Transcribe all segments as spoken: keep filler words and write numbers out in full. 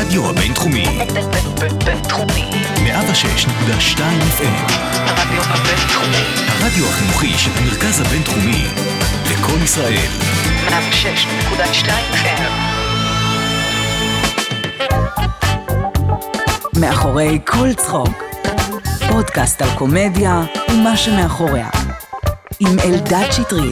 הרדיו הבינתחומי. בינתחומי. מאה ושש נקודה שתיים אף אם. הרדיו הבינתחומי. הרדיו החינוכי של המרכז הבינתחומי. לקום ישראל. מאה ושש נקודה שתיים אף אם. מאחורי כל צחוק. פודקאסט על קומדיה ומה שמאחוריה. עם אלדד שטרית.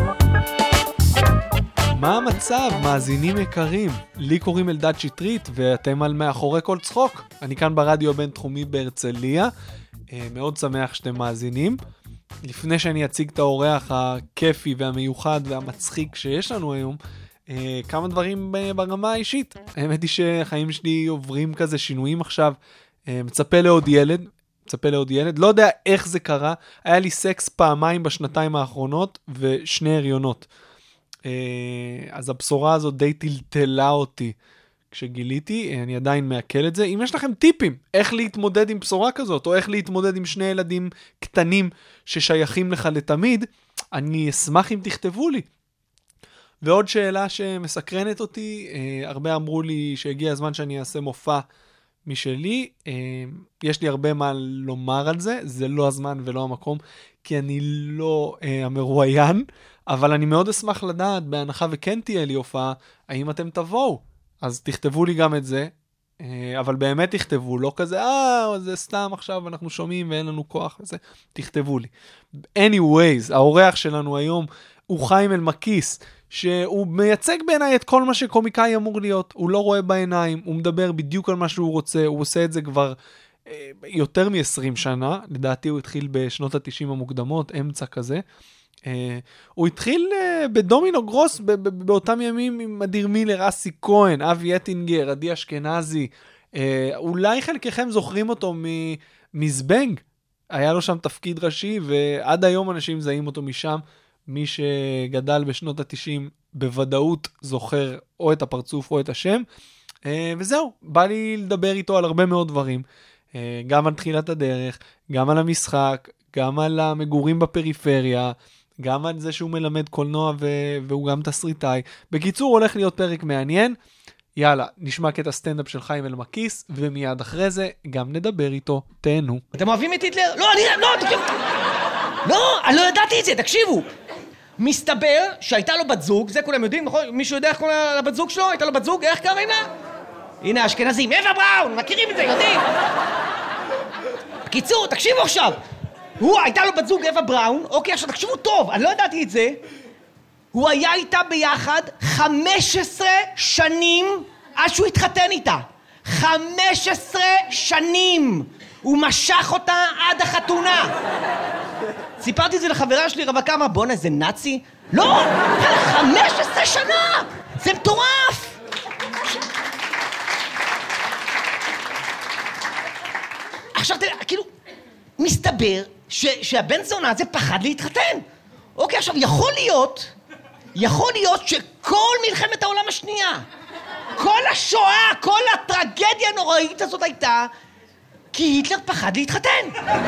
מה המצב, מאזינים יקרים? לי קוראים אלדד שטרית ואתם על מאחורי כל צחוק. אני כאן ברדיו הבינתחומי בהרצליה. מאוד שמח שאתם מאזינים. לפני שאני אציג את האורח הכיפי והמיוחד והמצחיק שיש לנו היום, כמה דברים ברמה האישית. האמת היא שהחיים שלי עוברים כזה שינויים עכשיו. מצפה לעוד ילד. מצפה לעוד ילד. לא יודע איך זה קרה. היה לי סקס פעמיים בשנתיים האחרונות ושני הריונות. אז הבשורה הזו די טלטלה אותי כשגיליתי, אני עדיין מעכל את זה. אם יש לכם טיפים איך להתמודד עם בשורה כזאת, או איך להתמודד עם שני ילדים קטנים ששייכים לך לתמיד, אני אשמח אם תכתבו לי. ועוד שאלה שמסקרנת אותי, הרבה אמרו לי שהגיע הזמן שאני אעשה מופע משלי, יש לי הרבה מה לומר על זה, זה לא הזמן ולא המקום, כי אני לא המרואיין, אבל אני מאוד אשמח לדעת, בהנחה וכן תהיה לי הופעה, האם אתם תבואו. אז תכתבו לי גם את זה, אבל באמת תכתבו, לא כזה, אה, זה סתם עכשיו אנחנו שומעים ואין לנו כוח וזה, תכתבו לי. anyways, האורח שלנו היום הוא חיים אלמקיס, שהוא מייצג בעיניי את כל מה שקומיקאי אמור להיות, הוא לא רואה בעיניים, הוא מדבר בדיוק על מה שהוא רוצה, הוא עושה את זה כבר אה, יותר מ-עשרים שנה, לדעתי הוא התחיל בשנות ה-תשעים המוקדמות, אמצע כזה, Uh, הוא התחיל uh, בדומינו גרוס ב- ב- באותם ימים עם אדיר מילר, אסי כהן, אבי יטינגר, עדי אשכנזי. uh, אולי חלקכם זוכרים אותו מזבנג, היה לו שם תפקיד ראשי ועד היום אנשים זהים אותו משם. מי שגדל בשנות ה-תשעים בוודאות זוכר או את הפרצוף או את השם. uh, וזהו, בא לי לדבר איתו על הרבה מאוד דברים, uh, גם על תחילת הדרך, גם על המשחק, גם על המגורים בפריפריה, גם על זה שהוא מלמד קולנוע ו- והוא גם תסריטאי. בקיצור, הולך להיות פרק מעניין. יאללה, נשמע קטע סטנדאפ של חיים אלמקיס, ומיד אחרי זה גם נדבר איתו. תהנו. אתם אוהבים את היטלר? לא, אני... לא, תקשיבו. לא, אני לא ידעתי את זה, תקשיבו. מסתבר שהייתה לו בת זוג, זה כולם יודעים, נכון? מישהו יודע איך קוראים לבת זוג שלו? הייתה לו בת זוג, איך קוראים לה? הנה, אשכנזים, אווה בראון, מכירים את זה, יודעים? בקיצור, תקשיבו עכשיו. הוא, הייתה לו בת זוג אווה בראון, אוקיי, עכשיו תקשיבו טוב, אני לא ידעתי את זה. הוא היה איתה ביחד חמש עשרה שנים עד שהוא התחתן איתה. חמש עשרה שנים! הוא משך אותה עד החתונה. סיפרתי את זה לחברה שלי, רווקה, אמרה, בוא'נה, זה נאצי? לא! חמש עשרה שנה! זה מטורף! עכשיו, כאילו, מסתבר ש, שהבן זונה הזה פחד להתחתן. אוקיי, עכשיו, יכול להיות, יכול להיות שכל מלחמת העולם השנייה, כל השואה, כל הטרגדיה הנוראית הזאת הייתה, כי היטלר פחד להתחתן.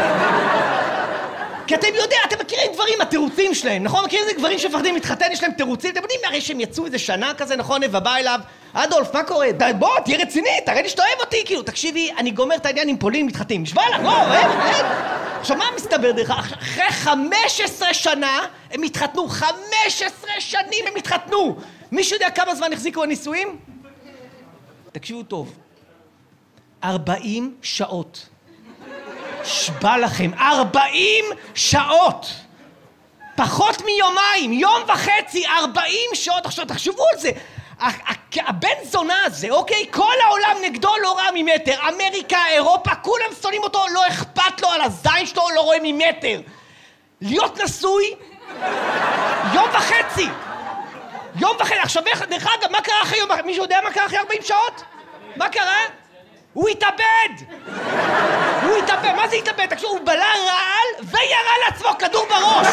כי אתם יודעים, אתם מכירים דברים, התירוצים שלהם, נכון? מכירים איזה גברים שמפחדים להתחתן, יש להם תירוצים, אתם יודעים, הרי שהם יצאו איזה שנה כזה, נכון? ובא אליו, אדולף, מה קורה? בוא, תהיה רציני, תראה לי שאתה אוהב אותי, כאילו, תקשיבי, אני גומר את העניין עם פולין, מתחתים, נשבע לך, לא, אוהב, אוהב. עכשיו, מה מסתבר דרך? אחרי חמש עשרה שנה, הם התחתנו, חמש עשרה שנים הם התחתנו. מישהו יודע כמה זמן החזיקו הנישואים? תקשיבו טוב, ארבעים שעות. שבא לכם, ארבעים שעות! פחות מיומיים, יום וחצי, ארבעים שעות. עכשיו, תחשבו על זה. הבן זונה הזה, אוקיי? כל העולם נגדו לא ראה ממטר. אמריקה, אירופה, כולם שונאים אותו, לא אכפת לו על הזין שלו, לא רואה ממטר. להיות נשוי, יום וחצי. יום וחצי. עכשיו, דרך אגב, מה קרה אחרי יום וחצי? מישהו יודע מה קרה אחרי ארבעים שעות? מה קרה? הוא התאבד! הוא התאבד, מה זה התאבד? תקשור, הוא בלע רעל וירה לעצמו כדור בראש!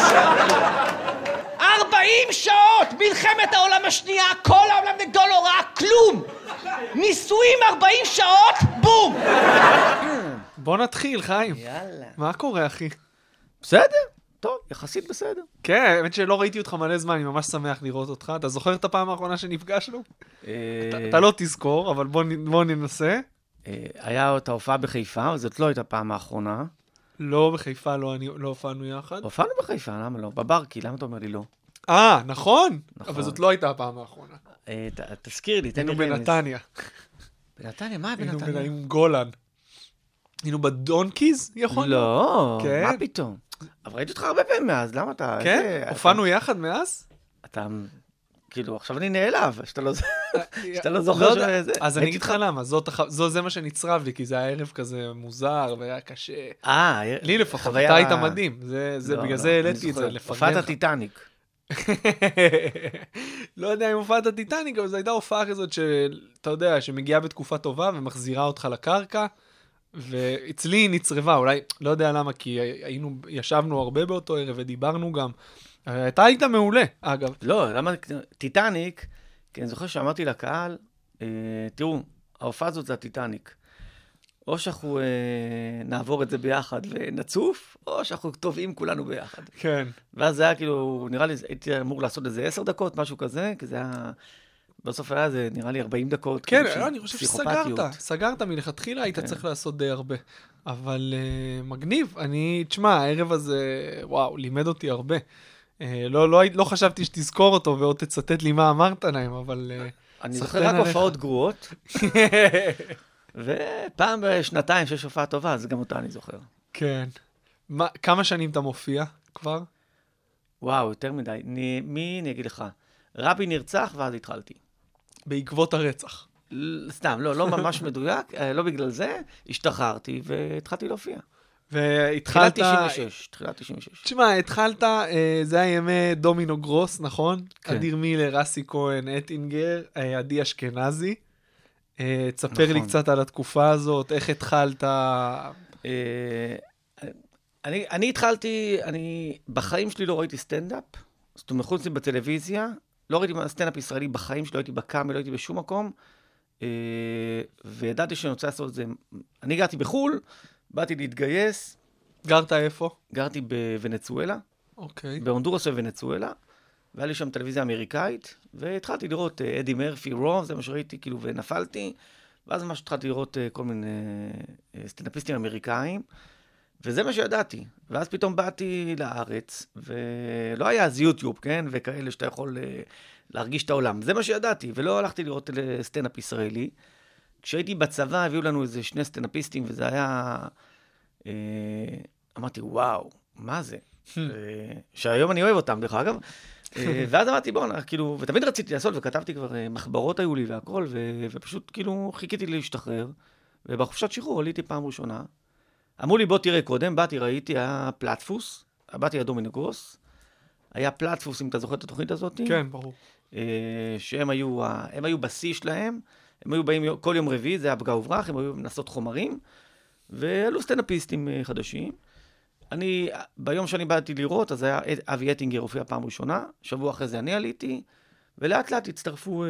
ארבעים שעות! מלחמת העולם השנייה, כל העולם נגדו לא ראה כלום! ניסויים ארבעים שעות, בום! בוא נתחיל, חיים. יאללה. מה קורה, אחי? בסדר, טוב, יחסית בסדר. כן, האמת שלא ראיתי אותך מלא זמן, אני ממש שמח לראות אותך. אתה זוכר את הפעם האחרונה שנפגשנו? אתה לא תזכור, אבל בוא ננסה. היה את ההופעה בחיפה, אבל זאת לא הייתה הפעם האחרונה. לא, בחיפה לא הופענו יחד. הופענו בחיפה, למה לא? בברקי, למה אתה אומר לי לא? אה, נכון. אבל זאת לא הייתה הפעם האחרונה. תזכיר לי, תן לי היינו בנתניה. בנתניה? מה בנתניה? היינו עם גולן. היינו בדונקיז, יכול? לא, מה פתאום? אבל ראיתי אותך הרבה פעמים מאז, למה אתה... כן? הופענו יחד מאז? אתה... כאילו, עכשיו אני נעלב, שאתה לא זוכר שזה... אז אני אגיד לך למה, זה מה שנצרב לי, כי זה היה ערב כזה מוזר, והיה קשה. אה, לי לפחות, אתה היית מדהים, בגלל זה העליתי את זה, לפרגן לך. הופעת הטיטניק. לא יודע אם הופעת הטיטניק, אבל זו הייתה הופעה כזאת שאתה יודע, שמגיעה בתקופה טובה ומחזירה אותך לקרקע, ואצלי היא נצרבה, אולי, לא יודע למה, כי היינו, ישבנו הרבה באותו ערב ודיברנו גם. אתה היית מעולה, אגב. לא, למה, טיטניק, כי אני זוכר שאמרתי לקהל, אה, תראו, ההופעה הזאת זה הטיטניק. או שאנחנו אה, נעבור את זה ביחד ונצוף, או שאנחנו טובעים כולנו ביחד. כן. ואז זה היה כאילו, נראה לי, הייתי אמור לעשות איזה עשר דקות, משהו כזה, כי זה היה... בסוף היה זה נראה לי ארבעים דקות. כן, כאילו, אני חושב שסגרת. סגרת מלכתחילה, היית כן. צריך לעשות די הרבה. אבל uh, מגניב. אני, תשמע, הערב הזה, וואו, לימד אותי הרבה. Uh, לא, לא, לא חשבתי שתזכור אותו ועוד תצטט לי מה אמרת להם, אבל... Uh, אני זוכר רק הופעות גרועות. ופעם בשנתיים שיש הופעה טובה, אז גם אותה אני זוכר. כן. מה, כמה שנים אתה מופיע כבר? וואו, יותר מדי. אני, מי, אני אגיד לך, רבי נרצח ואז התחלתי. בעקבות הרצח. סתם, לא, לא ממש מדויק, לא בגלל זה, השתחררתי והתחלתי להופיע. והתחלת... תחילת תשעים ושש, תחילת תשעים ושש. תשמע, התחלת, זה היה ימי דומינו גרוס, נכון? כן. אדיר מילר, רסי כהן, אטינגר, עדי אשכנזי. תספר נכון. לי קצת על התקופה הזאת, איך התחלת... אני, אני התחלתי, אני בחיים שלי לא ראיתי סטנדאפ, זאת אומרת, חוץ בטלוויזיה, לא ראיתי סטנדאפ ישראלי בחיים שלי, לא הייתי בקאמי, לא הייתי בשום מקום, וידעתי שאני רוצה לעשות את זה. אני גרתי בחול, באתי להתגייס. גרת איפה? גרתי בוונצואלה, אוקיי. בהונדורס וונצואלה, והיה לי שם טלוויזיה אמריקאית, והתחלתי לראות אדי מרפי, רו, זה מה שראיתי, כאילו, ונפלתי, ואז ממש התחלתי לראות כל מיני סטנדאפיסטים אמריקאים, וזה מה שידעתי. ואז פתאום באתי לארץ, ולא היה אז יוטיוב, כן? וכאלה שאתה יכול להרגיש את העולם. זה מה שידעתי, ולא הלכתי לראות סטנדאפ ישראלי. כשהייתי בצבא, הביאו לנו איזה שני סטנדאפיסטים, וזה היה... אמרתי, וואו, מה זה? שהיום אני אוהב אותם, דרך אגב. ואז אמרתי, בוא, כאילו, ותמיד רציתי לעשות, וכתבתי כבר, מחברות היו לי והכל, ופשוט כאילו חיכיתי להשתחרר, ובחופשת שחרור עליתי פעם ראשונה. אמרו לי, בוא תראה קודם, באתי, ראיתי, היה פלטפוס, באתי לדומינו גרוס, היה פלטפוס, אם אתה זוכר את התוכנית הזאת. כן, ברור. שהם היו, הם היו בשיא שלהם, הם היו באים כל יום רביעי, זה היה פגע וברח, הם היו מנסות חומרים, ועלו סטנדאפיסטים חדשים. אני, ביום שאני באתי לראות, אז היה אבי אטינגר הופיע פעם ראשונה, שבוע אחרי זה אני עליתי, ולאט לאט הצטרפו אה,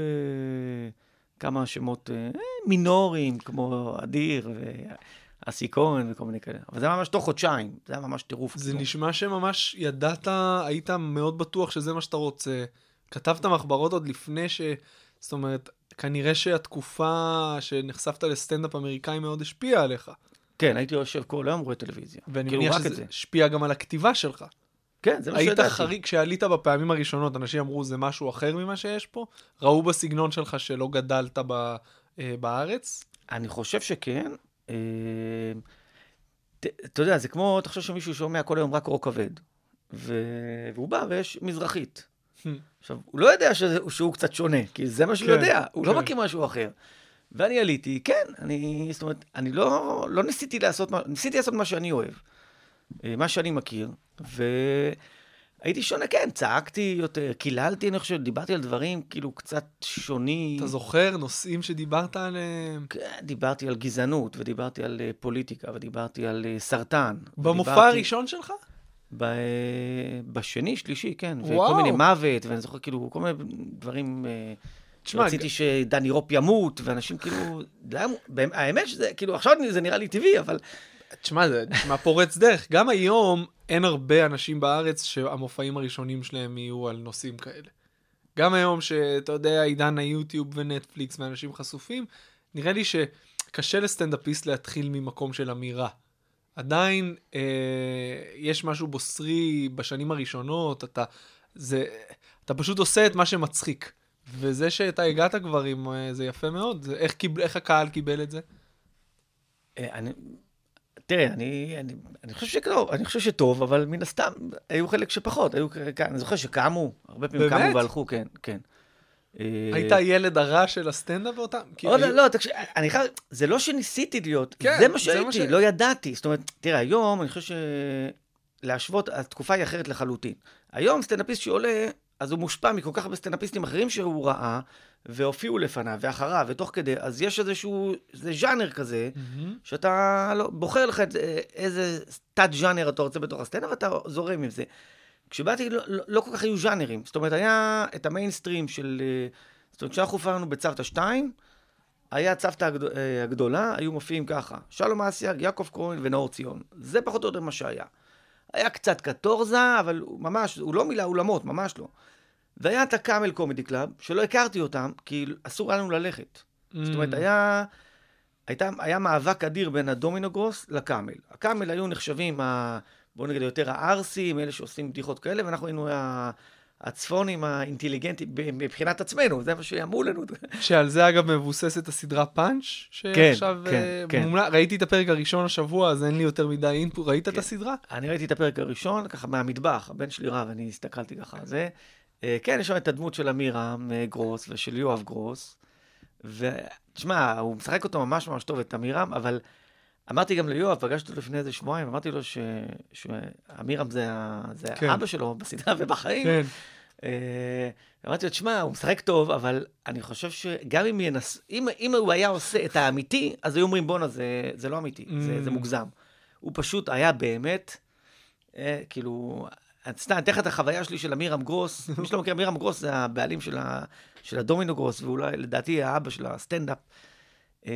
כמה שמות אה, מינוריים, כמו אדיר ואסי כהן וכל מיני כאלה. אבל זה היה ממש תוך חודשיים, זה היה ממש טירוף. זה נשמע שממש ידעת, היית מאוד בטוח שזה מה שאתה רוצה. כתבת מחברות עוד לפני ש... זאת אומרת, כנראה שהתקופה שנחשפת לסטנדאפ אמריקאי מאוד השפיעה עליך. כן, הייתי יושב כל היום רואה טלוויזיה. ואני מניח שזה השפיע גם על הכתיבה שלך. כן, זה מה שידעתי. היית חריג, כשעלית בפעמים הראשונות, אנשים אמרו, זה משהו אחר ממה שיש פה? ראו בסגנון שלך שלא גדלת ב, אה, בארץ? אני חושב שכן. אה, ת, אתה יודע, זה כמו, אתה חושב שמישהו שומע כל היום רק רוק כבד. ו... והוא בא ויש מזרחית. עכשיו, הוא לא יודע שזה, שהוא קצת שונה, כי זה מה שהוא כן, יודע. הוא כן. לא מכיר משהו אחר. ואני עליתי, כן, אני, זאת אומרת, אני לא, לא ניסיתי לעשות, ניסיתי לעשות מה שאני אוהב, מה שאני מכיר, והייתי שונה, כן, צעקתי יותר, קיללתי, אני חושב, דיברתי על דברים כאילו קצת שונים. אתה זוכר נושאים שדיברת עליהם? כן, דיברתי על גזענות, ודיברתי על פוליטיקה, ודיברתי על סרטן. במופע ודיברתי... הראשון שלך? ב... בשני, שלישי, כן, וואו. וכל מיני מוות, ואני זוכר כאילו, כל מיני דברים... רציתי שדני רופ ימות, ואנשים כאילו, האמת שזה, כאילו, עכשיו זה נראה לי טבעי, אבל... תשמע, זה נשמע פורץ דרך. גם היום אין הרבה אנשים בארץ שהמופעים הראשונים שלהם יהיו על נושאים כאלה. גם היום שאתה יודע, עידן היוטיוב ונטפליקס ואנשים חשופים, נראה לי שקשה לסטנדאפיסט להתחיל ממקום של אמירה. עדיין אה, יש משהו בוסרי בשנים הראשונות, אתה, זה, אתה פשוט עושה את מה שמצחיק. וזה שאתה הגעת כבר עם זה יפה מאוד. זה, איך, קיבל, איך הקהל קיבל את זה? אני, תראה, אני, אני, אני חושב שטוב, אני חושב שטוב, אבל מן הסתם היו חלק שפחות. היו, אני זוכר שקמו, הרבה פעמים באמת? קמו והלכו, כן, כן. היית ילד הרע של הסטנדאפ באותם? לא, לא, לא, תקשיב, אני חייב, זה לא שניסיתי להיות, כן, זה מה זה שהייתי, מה ש- לא ידעתי. זאת אומרת, תראה, היום אני חושב שלהשוות, התקופה היא אחרת לחלוטין. היום סטנדאפיסט שעולה, אז הוא מושפע מכל כך הרבה סטנדאפיסטים אחרים שהוא ראה, והופיעו לפניו, ואחריו, ותוך כדי, אז יש איזשהו, זה ז'אנר כזה, שאתה לא, בוחר לך את, איזה תת ז'אנר אתה רוצה בתוך הסטנדאפ, ואתה זורם עם זה. כשבאתי, לא, לא, לא כל כך היו ז'אנרים. זאת אומרת, היה את המיינסטרים של, זאת אומרת, כשאנחנו הופענו בצוותא שתיים, היה צוותא הגד... הגדולה, היו מופיעים ככה, שלום אסיאג, יעקב כהן ונאור ציון. זה פחות או יותר מה שהיה. היה קצת קטורזה, אבל הוא ממש, הוא לא מילא אולמות, ממש לא. והיה את הקאמל קומדי קלאב, שלא הכרתי אותם, כי אסור היה לנו ללכת. Mm. זאת אומרת, היה, הייתה, היה מאבק אדיר בין הדומינו גרוס לקאמל. הקאמל היו נחשבים, ה, בואו נגיד יותר הארסים, אלה שעושים בדיחות כאלה, ואנחנו היינו ה, הצפונים האינטליגנטים מבחינת עצמנו, זה מה שאמרו לנו. שעל זה אגב מבוססת הסדרה פאנץ' שעכשיו כן, כן, מומלץ. ראיתי את הפרק הראשון השבוע, אז אין לי יותר מדי אינפוט. ראית כן. את הסדרה? אני ראיתי את הפרק הראשון, ככה מהמטבח, הבן שלי רב, אני הסתכלתי ככה על זה. כן, יש שם את הדמות של אמירם גרוס ושל יואב גרוס, ותשמע, הוא משחק אותו ממש ממש טוב, את אמירם, אבל אמרתי גם ליואב, פגשתי אותו לפני איזה שבועיים, אמרתי לו ש... שאמירם זה, ה... זה כן. האבא שלו בסדרה ובחיים. כן. אמרתי לו, תשמע, הוא משחק טוב, אבל אני חושב שגם אם ינס... אם, אם הוא היה עושה את האמיתי, אז היו אומרים, בונה, זה, זה לא אמיתי, mm. זה, זה מוגזם. הוא פשוט היה באמת, אה, כאילו... סתם, אני אתן לך את החוויה שלי של אמירם גרוס. מי שלא מכיר, אמירם גרוס זה הבעלים של, ה, של הדומינו גרוס, ואולי לדעתי האבא של הסטנדאפ. אה,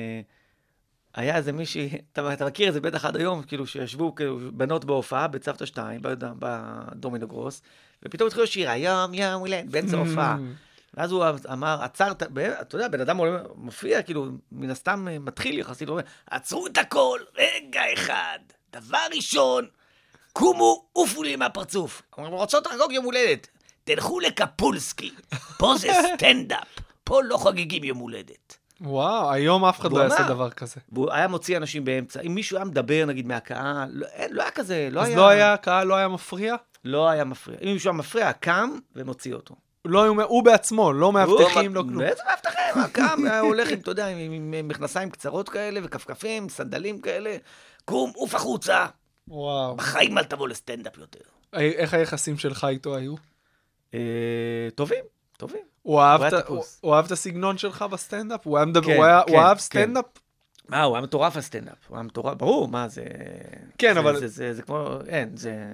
היה איזה מישהי, אתה, אתה מכיר את זה בטח עד היום, כאילו שישבו כאילו, בנות בהופעה בצוותא שתיים, בדומינו גרוס, ופתאום התחילו שיר, היום יום הולדת, באמצע הופעה. ואז הוא אמר, עצרת, אתה יודע, בן אדם מופיע, כאילו, מן הסתם מתחיל יחסית, הוא אומר, עצרו את הכל, רגע אחד, דבר ראשון, קומו, עופו לי מהפרצוף. אומרים, רוצות לחגוג יום הולדת. תלכו לקפולסקי. פה זה סטנדאפ. פה לא חוגגים יום הולדת. וואו, היום אף אחד לא יעשה דבר כזה. והוא היה מוציא אנשים באמצע. אם מישהו היה מדבר, נגיד, מהקהל, לא, לא היה כזה, לא אז היה... לא היה, הקהל לא היה מפריע? לא היה מפריע. אם מישהו היה מפריע, קם ומוציא אותו. לא, הוא בעצמו, לא מאבטחים, לא כלום. באיזה מאבטחים? קם, היה הולך עם, אתה יודע, עם מכנסיים קצרות כאלה, וכפכפים, סנדלים כאלה. קום, עוף החוצה. וואו. בחיים אל תבוא לסטנדאפ יותר. איך היחסים שלך איתו היו? טובים, טובים. הוא אהב את הסגנון שלך בסטנדאפ? הוא אהב סטנדאפ? מה, הוא היה מטורף הסטנדאפ. הוא היה מטורף, ברור, מה זה... כן, אבל... זה כמו... אין, זה...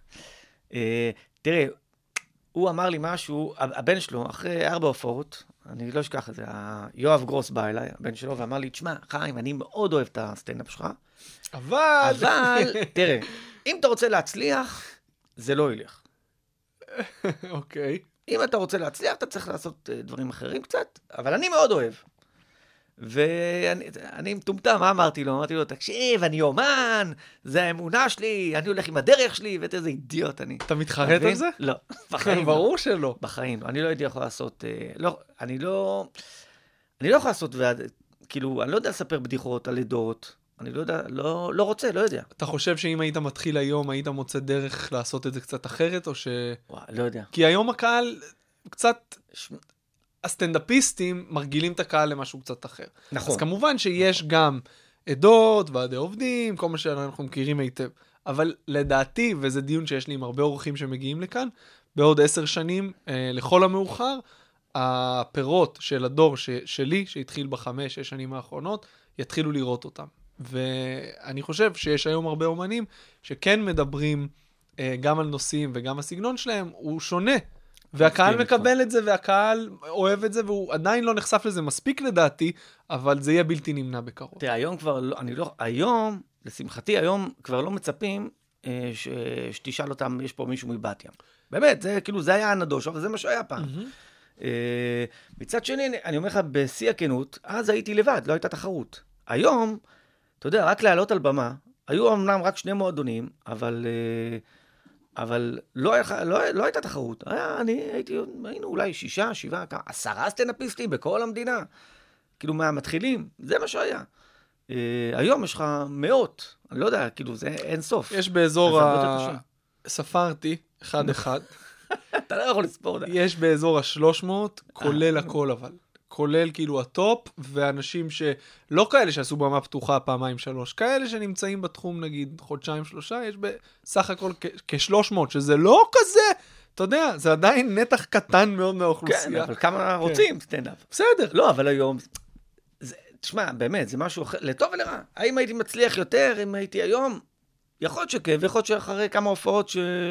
תראה, הוא אמר לי משהו, הבן שלו, אחרי ארבע הופעות, אני לא אשכח את זה, יואב גרוס בא אליי, הבן שלו, ואמר לי, תשמע, חיים, אני מאוד אוהב את הסטנדאפ שלך, אבל... אבל, תראה, אם אתה רוצה להצליח, זה לא ילך. אוקיי. אם אתה רוצה להצליח, אתה צריך לעשות דברים אחרים קצת, אבל אני מאוד אוהב. ואני מטומטם, מה אמרתי לו? אמרתי לו, תקשיב, אני אומן, זה האמונה שלי, אני הולך עם הדרך שלי, ואתה איזה אידיוט אני. אתה מתחרט על זה? לא, בחיים. ברור שלא. בחיים, אני לא הייתי יכול לעשות, לא, אני לא, אני לא יכול לעשות, כאילו, אני לא יודע לספר בדיחות על עדות, אני לא יודע, לא, לא רוצה, לא יודע. אתה חושב שאם היית מתחיל היום, היית מוצא דרך לעשות את זה קצת אחרת, או ש... וואו, לא יודע. כי היום הקהל קצת... הסטנדאפיסטים מרגילים את הקהל למשהו קצת אחר. נכון. אז כמובן שיש גם עדות, ועדי עובדים, כל מה שאנחנו מכירים היטב. אבל לדעתי, וזה דיון שיש לי עם הרבה אורחים שמגיעים לכאן, בעוד עשר שנים, אה, לכל המאוחר, הפירות של הדור ש- שלי, שהתחיל בחמש, שש שנים האחרונות, יתחילו לראות אותם. ואני חושב שיש היום הרבה אומנים שכן מדברים אה, גם על נושאים וגם הסגנון שלהם, הוא שונה. והקהל מקבל את זה, והקהל אוהב את זה, והוא עדיין לא נחשף לזה מספיק לדעתי, אבל זה יהיה בלתי נמנע בקרוב. תראה, היום כבר לא, אני לא, היום, לשמחתי, היום כבר לא מצפים אה, ש, שתשאל אותם, יש פה מישהו מבת ים. באמת, זה כאילו, זה היה הנדוש, אבל זה מה שהיה פעם. Mm-hmm. אה, מצד שני, אני אומר לך, בשיא הכנות, אז הייתי לבד, לא הייתה תחרות. היום, אתה יודע, רק לעלות על במה, היו אמנם רק שני מועדונים, אבל, אבל לא, היה, לא, לא הייתה תחרות. היה, אני הייתי, היינו אולי שישה, שבעה, עשרה סטנאפיסטים בכל המדינה. כאילו מהמתחילים, זה מה שהיה. היום יש לך מאות, אני לא יודע, כאילו זה אין סוף. יש באזור ה... ספרתי, אחד אחד. אתה לא יכול לספור. יש באזור ה-שלוש מאות, כולל הכל אבל. כולל כאילו הטופ, ואנשים שלא כאלה שעשו במה פתוחה פעמיים שלוש, כאלה שנמצאים בתחום נגיד חודשיים שלושה, יש בסך הכל כ-שלוש מאות, שזה לא כזה, אתה יודע, זה עדיין נתח קטן מאוד מהאוכלוסייה. כן, אבל כמה רוצים סטנדאפ. בסדר. לא, אבל היום, תשמע, באמת, זה משהו לטוב ולרע. האם הייתי מצליח יותר, אם הייתי היום? יכול להיות שכן, ויכול להיות שאחרי כמה הופעות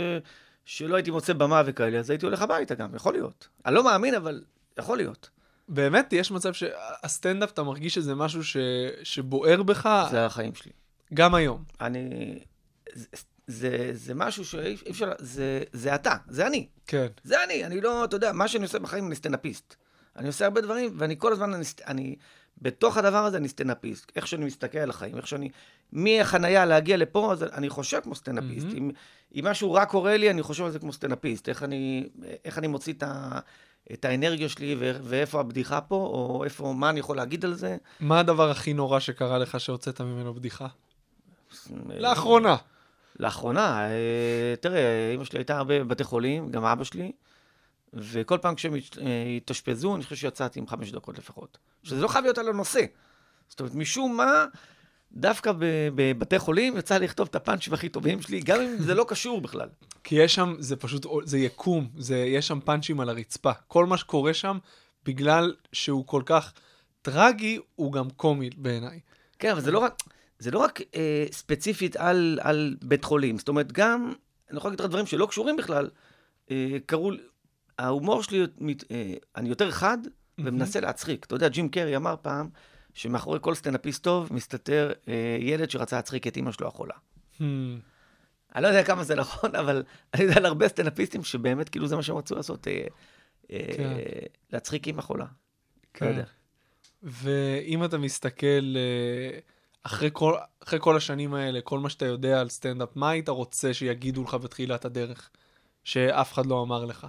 שלא הייתי מוצא במה וכאלה, אז הייתי הולך הביתה גם, יכול להיות. אני לא מאמין, אבל יכול להיות. באמת, יש מצב שהסטנדאפ, אתה מרגיש שזה משהו ש... שבוער בך? זה החיים שלי. גם היום. אני... זה, זה, זה משהו שאי אפשר... זה, זה אתה, זה אני. כן. זה אני, אני לא, אתה יודע, מה שאני עושה בחיים אני סטנדאפיסט. אני עושה הרבה דברים, ואני כל הזמן, אני, אני בתוך הדבר הזה אני סטנדאפיסט. איך שאני מסתכל על החיים, איך שאני... מהחנייה להגיע לפה, אז אני חושב כמו סטנדאפיסט. Mm-hmm. אם, אם משהו רק קורה לי, אני חושב על זה כמו סטנדאפיסט. איך אני, איך אני מוציא את ה... את האנרגיה שלי, ו- ואיפה הבדיחה פה, או איפה, מה אני יכול להגיד על זה. מה הדבר הכי נורא שקרה לך שהוצאת ממנו בדיחה? לאחרונה. לאחרונה, תראה, אמא שלי הייתה הרבה בבתי חולים, גם אבא שלי, וכל פעם כשהם התאשפזו, אני חושב שיצאתי עם חמש דקות לפחות. שזה לא חייב להיות על הנושא. זאת אומרת, משום מה, דווקא בבתי חולים יצא לכתוב את הפאנצ'ים הכי טובים שלי, גם אם זה לא קשור בכלל. כי יש שם, זה פשוט, זה יקום, זה, יש שם פאנצ'ים על הרצפה. כל מה שקורה שם, בגלל שהוא כל כך טרגי, הוא גם קומי בעיניי. כן, אבל זה לא רק, זה לא רק אה, ספציפית על, על בית חולים. זאת אומרת, גם, אני יכול להגיד לך דברים שלא קשורים בכלל, אה, קראו, ההומור שלי, אה, אני יותר חד, ומנסה להצחיק. אתה יודע, ג'ים קרי אמר פעם, שמאחורי כל סטנדאפיסט טוב, מסתתר אה, ילד שרצה להצחיק את אמא שלו החולה. Hmm. אני לא יודע כמה זה נכון, אבל אני יודע על הרבה סטנדאפיסטים שבאמת כאילו זה מה שהם רצו לעשות, אה, אה, כן. להצחיק אמא חולה. כן. לא יודע. ואם אתה מסתכל אה, אחרי כל, אחרי כל השנים האלה, כל מה שאתה יודע על סטנדאפ, מה היית רוצה שיגידו לך בתחילת הדרך, שאף אחד לא אמר לך?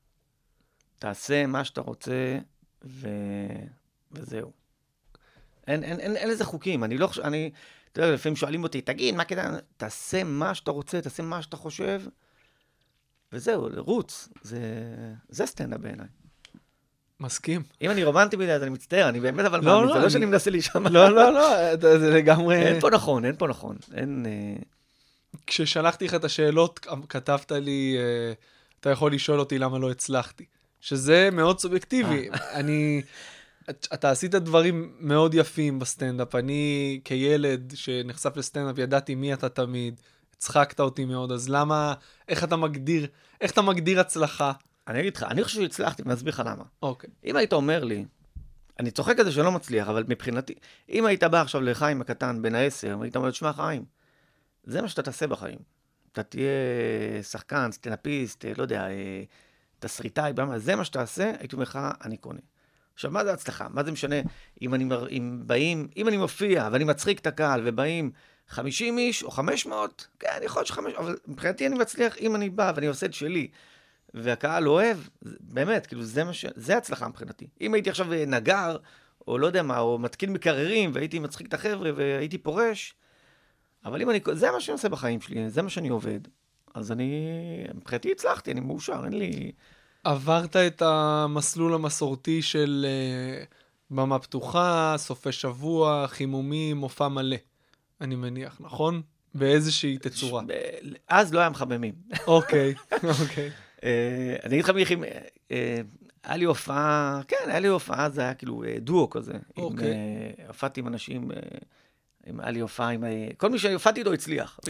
תעשה מה שאתה רוצה, ו... וזהו. אין, אין, אין, אין לזה חוקים. אני לא חושב, אני, אתה יודע, לפעמים שואלים אותי, תגיד, מה כדאי? תעשה מה שאתה רוצה, תעשה מה שאתה חושב, וזהו, רוץ. זה, זה סטנדאפ בעיניי. מסכים. אם אני רומנטי מדי, אז אני מצטער, אני באמת אבל לא, מאמין, לא, זה אני... לא שאני מנסה להישמע. לא, לא, לא, זה לגמרי... אין פה נכון, אין פה נכון. אין... כששלחתי לך את השאלות, כתבת לי, אתה יכול לשאול אותי למה לא הצלחתי. שזה מאוד סובייקטיבי. אני... אתה עשית דברים מאוד יפים בסטנדאפ. אני כילד שנחשף לסטנדאפ, ידעתי מי אתה תמיד, הצחקת אותי מאוד, אז למה, איך אתה מגדיר, איך אתה מגדיר הצלחה? אני אגיד לך, אני חושב שהצלחתי, ואני אסביר לך למה. אוקיי. אם היית אומר לי, אני צוחק על זה שלא מצליח, אבל מבחינתי, אם היית בא עכשיו לחיים הקטן, בן העשר, היית אומר, תשמע חיים, זה מה שאתה תעשה בחיים. אתה תהיה שחקן, סטנדאפיסט, לא יודע, תסריטאי, זה מה שאתה תעשה, הייתי אומר לך, אני קונה. עכשיו, מה זה הצלחה? מה זה משנה אם אני, אם באים, אם אני מופיע ואני מצחיק את הקהל ובאים חמישים איש או חמש מאות? כן, יכול להיות שחמש, אבל מבחינתי אני מצליח אם אני בא ואני עושה את שלי והקהל אוהב, באמת, כאילו זה מה ש... זה הצלחה מבחינתי. אם הייתי עכשיו נגר, או לא יודע מה, או מתקין מקררים והייתי מצחיק את החבר'ה והייתי פורש, אבל אם אני... זה מה שאני עושה בחיים שלי, זה מה שאני עובד. אז אני... מבחינתי הצלחתי, אני מאושר, אין לי... עברת את המסלול המסורתי של uh, במה פתוחה, סופי שבוע, חימומים, מופע מלא, אני מניח, נכון? באיזושהי תצורה. ב... אז לא היה מחממים. אוקיי, אוקיי. אני אגיד לך מי יחים, היה לי הופעה, כן, היה לי הופעה, זה היה כאילו דואו כזה. אוקיי. הופעתי עם אנשים, היה לי הופעה עם... כל מי שהופעתי איתו הצליח.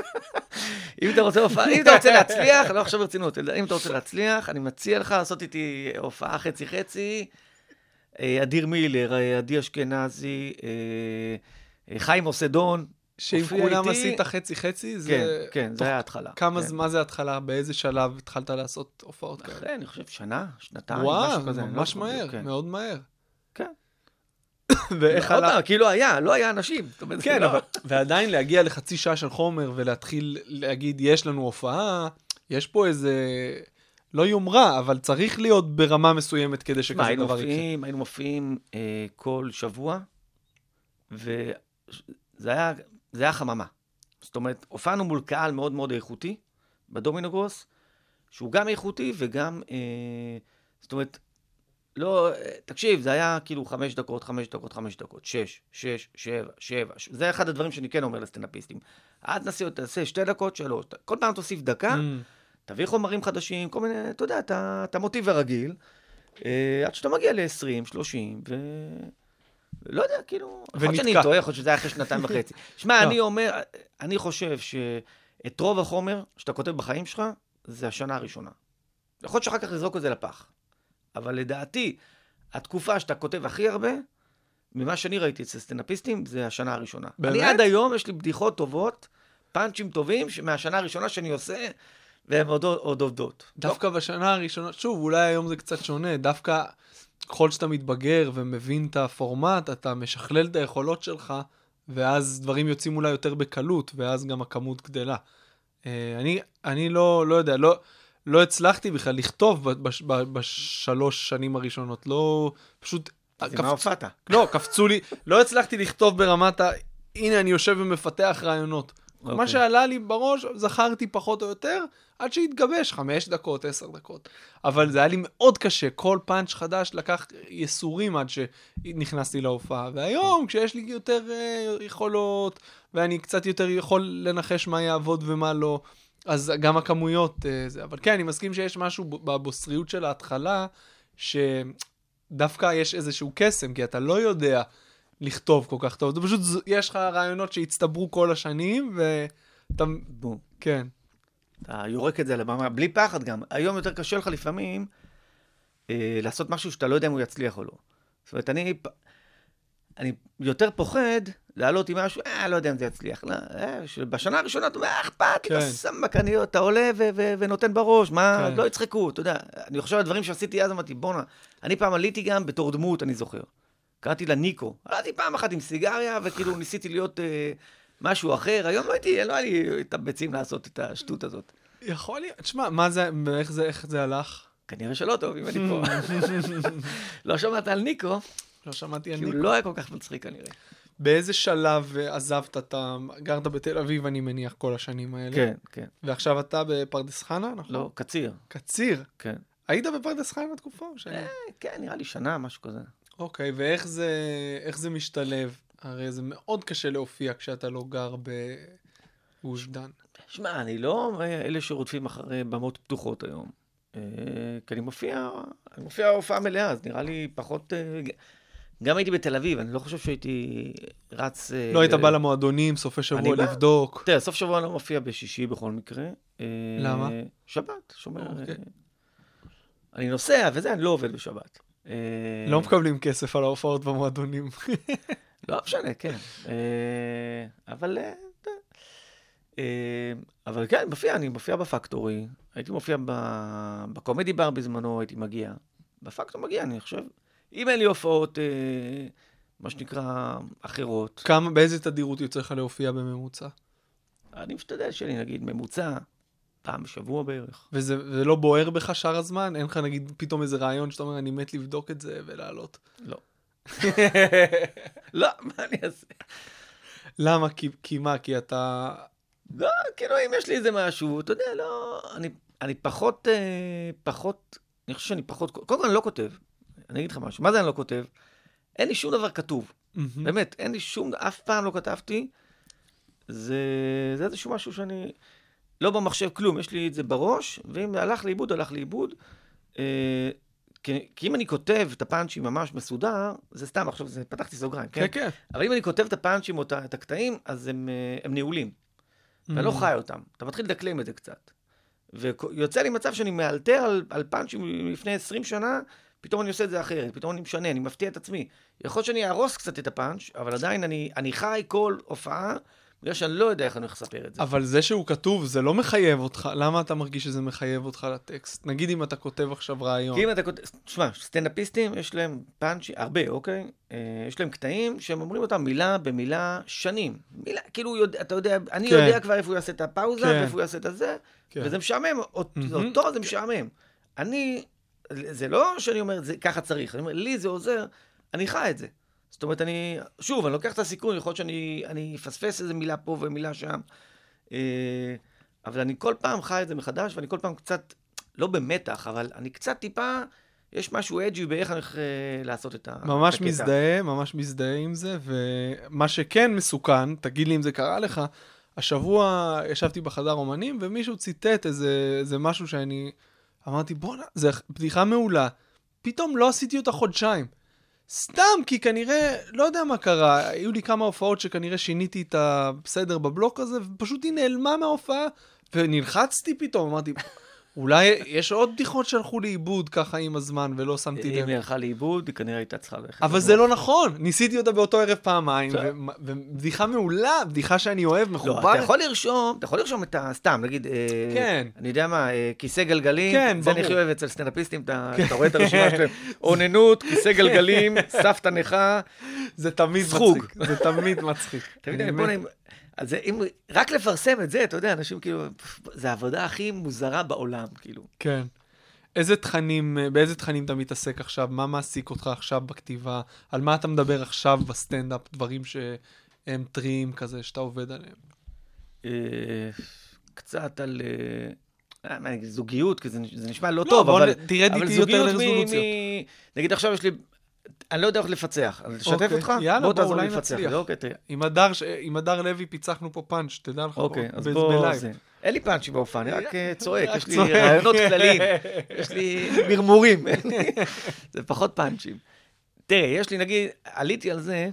אם אתה רוצה הופעה, אם אתה רוצה להצליח, לא עכשיו ברצינות, אם אתה רוצה להצליח, אני מציע לך לעשות איתי הופעה חצי-חצי, אדיר מילר, עדי אשכנזי, חיים אוסדון, שאם הופיע כולם איתי- עשית חצי-חצי, כן, זה... כן, זה היה ההתחלה. כמה כן. זמן זה התחלה? באיזה שלב התחלת לעשות הופעות כאלה? אחרי, אני חושב, שנה, שנתיים, וואו, משהו כזה. אני לא ממש זוכר, מהר, כן. מאוד מהר. כן. ואיך עוד הלך? פעם, כאילו היה, לא היה אנשים. זאת אומרת, כן, זה לא- אבל... ועדיין להגיע לחצי שעה של חומר ולהתחיל להגיד, יש לנו הופעה, יש פה איזה... לא יומרה, אבל צריך להיות ברמה מסוימת כדי מה, שכזה היינו דבר יקרה. מופיעים, היינו מופיעים אה, כל שבוע, וזה היה, זה היה חממה. זאת אומרת, הופענו מול קהל מאוד מאוד איכותי, בדומינו גרוס, שהוא גם איכותי וגם, אה, זאת אומרת, לא, אה, תקשיב, זה היה כאילו חמש דקות, חמש דקות, חמש דקות, שש, שש, שבע, שבע, ש... זה אחד הדברים שאני כן אומר לסטנדאפיסטים. עד נסי, תעשה שתי דקות, שלוש, כל פעם תוסיף דקה, Mm. תביא חומרים חדשים, כל מיני, אתה יודע, אתה, אתה מוטיב הרגיל, אה, עד שאתה מגיע ל-עשרים, שלושים, ו... לא יודע, כאילו... יכול להיות שאני ונתקע. טועה, יכול להיות שזה היה אחרי שנתיים וחצי. שמע, לא. אני אומר, אני חושב שאת רוב החומר שאתה כותב בחיים שלך, זה השנה הראשונה. יכול להיות שאחר כך לזרוק את זה לפח. אבל לדעתי, התקופה שאתה כותב הכי הרבה, ממה שאני ראיתי אצל סטנדאפיסטים, זה השנה הראשונה. באמת? אני עד היום, יש לי בדיחות טובות, פאנצ'ים טובים, מהשנה הראשונה שאני עושה, והן עוד, עוד עובדות. דווקא בשנה הראשונה, שוב, אולי היום זה קצת שונה, דווקא ככל שאתה מתבגר ומבין את הפורמט, אתה משכלל את היכולות שלך, ואז דברים יוצאים אולי יותר בקלות, ואז גם הכמות גדלה. אה, אני, אני לא, לא יודע, לא, לא הצלחתי בכלל לכתוב בש, בשלוש שנים הראשונות, לא, פשוט... אז עם מה הופעת? לא, קפצו לי, לא הצלחתי לכתוב ברמת ה... הנה, אני יושב ומפתח רעיונות. אוקיי. מה שעלה לי בראש, זכרתי פחות או יותר, עד שהתגבש, חמש דקות, עשר דקות. אבל זה היה לי מאוד קשה, כל פאנץ' חדש לקח יסורים עד שנכנסתי להופעה. והיום, כשיש לי יותר uh, יכולות, ואני קצת יותר יכול לנחש מה יעבוד ומה לא, אז גם הכמויות, uh, זה. אבל כן, אני מסכים שיש משהו בבוסריות של ההתחלה, שדווקא יש איזשהו קסם, כי אתה לא יודע לכתוב כל כך טוב. זה פשוט, יש לך רעיונות שהצטברו כל השנים, ואתה... בום. כן. אתה יורק את זה לבמה, בלי פחד גם. היום יותר קשה לך לפעמים אה, לעשות משהו שאתה לא יודע אם הוא יצליח או לא. זאת אומרת, אני, אני יותר פוחד לעלות עם משהו, אה, לא יודע אם זה יצליח. לא, אה, בשנה הראשונה אתה אומר, אה, אכפת, כן. אתה שם בקניות, אתה עולה ו- ו- ונותן בראש, מה, כן. לא יצחקו, אתה יודע. אני חושב על דברים שעשיתי אז, אמרתי, בונה, אני פעם עליתי גם בתור דמות, אני זוכר. קראתי לה ניקו. עליתי פעם אחת עם סיגריה, וכאילו ניסיתי להיות אה, משהו אחר. היום לא הייתי, לא היה לי את הביצים לעשות את השטות הזאת. יכול להיות, תשמע, מה זה, איך זה, איך זה הלך? כנראה שלא טוב, אם אני פה. לא שמעת על ניקו, לא שמעתי על כי הוא ניקו. לא היה כל כך מצחיק כנראה. באיזה שלב עזבת? אתה גרת בתל אביב, אני מניח, כל השנים האלה. כן, כן. ועכשיו אתה בפרדס חנה, נכון? לא, קציר. קציר. כן. היית בפרדס חנה תקופה? או שאני... כן, נראה לי שנה, משהו כזה. אוקיי, ואיך זה, איך זה משתלב? הרי זה מאוד קשה להופיע כשאתה לא גר בגוש דן. שמע, אני לא אלה שרודפים אחרי במות פתוחות היום. אה, כי אני מופיע, אני מופיע הופעה מלאה, אז נראה לי פחות... אה, גם הייתי בתל אביב, אני לא חושב שהייתי רץ... אה, לא היית ל- בא למועדונים, סופי שבוע אני בא. לבדוק. תראה, סוף שבוע אני לא מופיע בשישי בכל מקרה. אה, למה? שבת, שומר... אוקיי. אה, אני נוסע וזה, אני לא עובד בשבת. אה, לא מקבלים כסף על ההופעות במועדונים. לא משנה, כן. אה, אבל... אה, אתה יודע. אה, אבל כן, מופיע, אני מופיע בפקטורי. הייתי מופיע ב- בקומדי בר בזמנו, הייתי מגיע. בפקטור מגיע, אני חושב. אם אין לי הופעות, אה, מה שנקרא, אחרות, כמה, באיזה תדירות יוצא לך להופיע בממוצע? אני משתדל שלי, נגיד, ממוצע, פעם בשבוע בערך. וזה, וזה לא בוער בך שאר הזמן? אין לך נגיד פתאום איזה רעיון שאתה אומר, אני מת לבדוק את זה ולעלות. לא. לא, מה אני אעשה? למה? כי, כי מה? כי אתה... לא, כאילו, אם יש לי איזה משהו, אתה יודע, לא, אני, אני פחות, אה, פחות, אני חושב שאני פחות, קודם כל אני לא כותב, אני אגיד לך משהו, מה זה אני לא כותב? אין לי שום דבר כתוב, מהמם. באמת, אין לי שום, אף פעם לא כתבתי, זה, זה איזשהו משהו שאני, לא במחשב כלום, יש לי את זה בראש, ואם הלך לאיבוד, הלך לאיבוד, אה, כי, כי אם אני כותב את הפאנצ'ים ממש מסודר, זה סתם, עכשיו זה, פתחתי סוגריים, כן? כן, כן. אבל אם אני כותב את הפאנצ'ים או את ה- את הקטעים, אז הם, אה, הם נעולים. ואני לא חי אותם. אתה מתחיל לדקלם את זה קצת. ויוצא לי מצב שאני מאלתר על, על פאנצ'ים לפני עשרים שנה, פתאום אני עושה את זה אחרת, פתאום אני משנה, אני מפתיע את עצמי. יכול להיות שאני ארוס קצת את הפאנץ', אבל עדיין אני, אני חי כל הופעה בגלל שאני לא יודע איך אני הולך לספר את זה. אבל זה שהוא כתוב, זה לא מחייב אותך. למה אתה מרגיש שזה מחייב אותך לטקסט? נגיד אם אתה כותב עכשיו רעיון. כי אם אתה כותב, תשמע, סטנדאפיסטים יש להם פאנצ'י, הרבה, אוקיי? יש להם קטעים שהם אומרים אותם מילה במילה שנים. מילה, כאילו, אתה יודע, אני יודע כבר איפה הוא יעשה את הפאוזה, ואיפה הוא יעשה את הזה, וזה משעמם, אותו זה משעמם. אני, זה לא שאני אומר, ככה צריך, אני אומר, לי זה עוזר, אני חי את זה. זאת אומרת, אני, שוב, אני לוקח את הסיכון, יכול להיות שאני אני אפספס איזה מילה פה ומילה שם, אבל אני כל פעם חי את זה מחדש, ואני כל פעם קצת, לא במתח, אבל אני קצת טיפה, יש משהו אג'י באיך אני הולך לעשות את הקטע. ממש מזדהה, ממש מזדהה עם זה, ומה שכן מסוכן, תגיד לי אם זה קרה לך, השבוע ישבתי בחדר אומנים, ומישהו ציטט איזה, איזה משהו שאני אמרתי, בוא, זה בדיחה מעולה, פתאום לא עשיתי אותה חודשיים. סתם, כי כנראה, לא יודע מה קרה, היו לי כמה הופעות שכנראה שיניתי את הסדר בבלוק הזה, ופשוט היא נעלמה מההופעה, ונלחצתי פתאום, אמרתי, אולי יש עוד בדיחות שהלכו לאיבוד ככה עם הזמן, ולא שמתי לב. אם היא הלכה לאיבוד, היא כנראה הייתה צריכה ללכת. אבל זה לא נכון, ניסיתי אותה באותו ערב פעמיים, ובדיחה מעולה, בדיחה שאני אוהב, מחובר. לא, אתה יכול לרשום, אתה יכול לרשום את הסתם, נגיד, אני יודע מה, כיסא גלגלים, זה אני הכי אוהב אצל סטנדאפיסטים, אתה רואה את הרשימה שלהם, עוננות, כיסא גלגלים, סבתא נכה, זה תמיד מצחיק, זה תמיד מצחיק. אז אם רק לפרסם את זה, אתה יודע, אנשים כאילו, זה העבודה הכי מוזרה בעולם, כאילו. כן. איזה תכנים, באיזה תכנים אתה מתעסק עכשיו? מה מעסיק אותך עכשיו בכתיבה? על מה אתה מדבר עכשיו בסטנדאפ? דברים שהם טריים כזה, שאתה עובד עליהם? קצת על זוגיות, כי זה נשמע לא טוב, אבל תרד איתי יותר לרזולוציות. נגיד עכשיו יש לי... אני לא יודע איך לפצח, אני אשתף אותך? יאללה, בוא אולי נצליח. עם הדר לוי פיצחנו פה פאנץ', תדע לך. אוקיי, אז בוא... אין לי פאנצ'י בהופעה, אני רק צועק, יש לי רעיונות כלליים, יש לי מרמורים, זה פחות פאנצ'ים. תראה, יש לי, נגיד, עליתי על זה,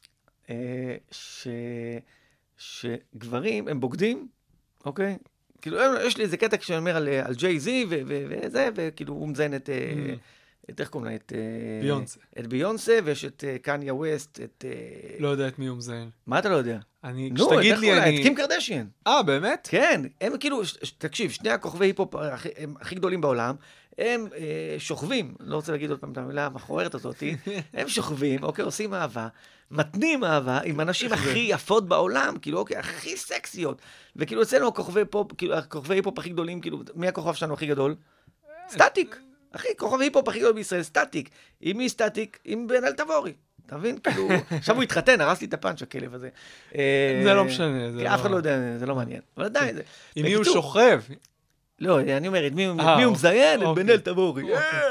שגברים הם בוגדים, אוקיי? כאילו, יש לי איזה קטע כשאני אומר על ג'יי זי וזה, וכאילו הוא מזיין את... את איך קוראים לה? את ביונסה. את ביונסה, ויש את קניה ווסט, את... לא יודע את מי הוא מזיין. מה אתה לא יודע? אני, כשתגיד לי, אני... את קים קרדשיאן. אה, באמת? כן, הם כאילו, תקשיב, שני הכוכבי היפופ הם הכי גדולים בעולם, הם שוכבים, לא רוצה להגיד עוד פעם את המילה המכוערת הזאת, הם שוכבים, אוקיי, עושים אהבה, מתנים אהבה עם הנשים הכי יפות בעולם, כאילו, אוקיי, הכי סקסיות, וכאילו אצלנו הכוכבי היפופ, כאילו, הכוכבי היפופ הכי גדולים, כאילו, מי הכוכב שלנו הכי גדול? סטטיק. אחי, כוכב היפופ הכי גדול בישראל, סטטיק. עם מי סטטיק? עם בן אל תבורי. אתה מבין? כאילו, עכשיו הוא התחתן, הרס לי את הפאנץ' הכלב הזה. זה לא משנה. אף אחד לא יודע, זה לא מעניין. אבל עדיין זה. עם מי הוא שוכב? לא, אני אומר, את מי הוא מזיין? את בן אל תבורי.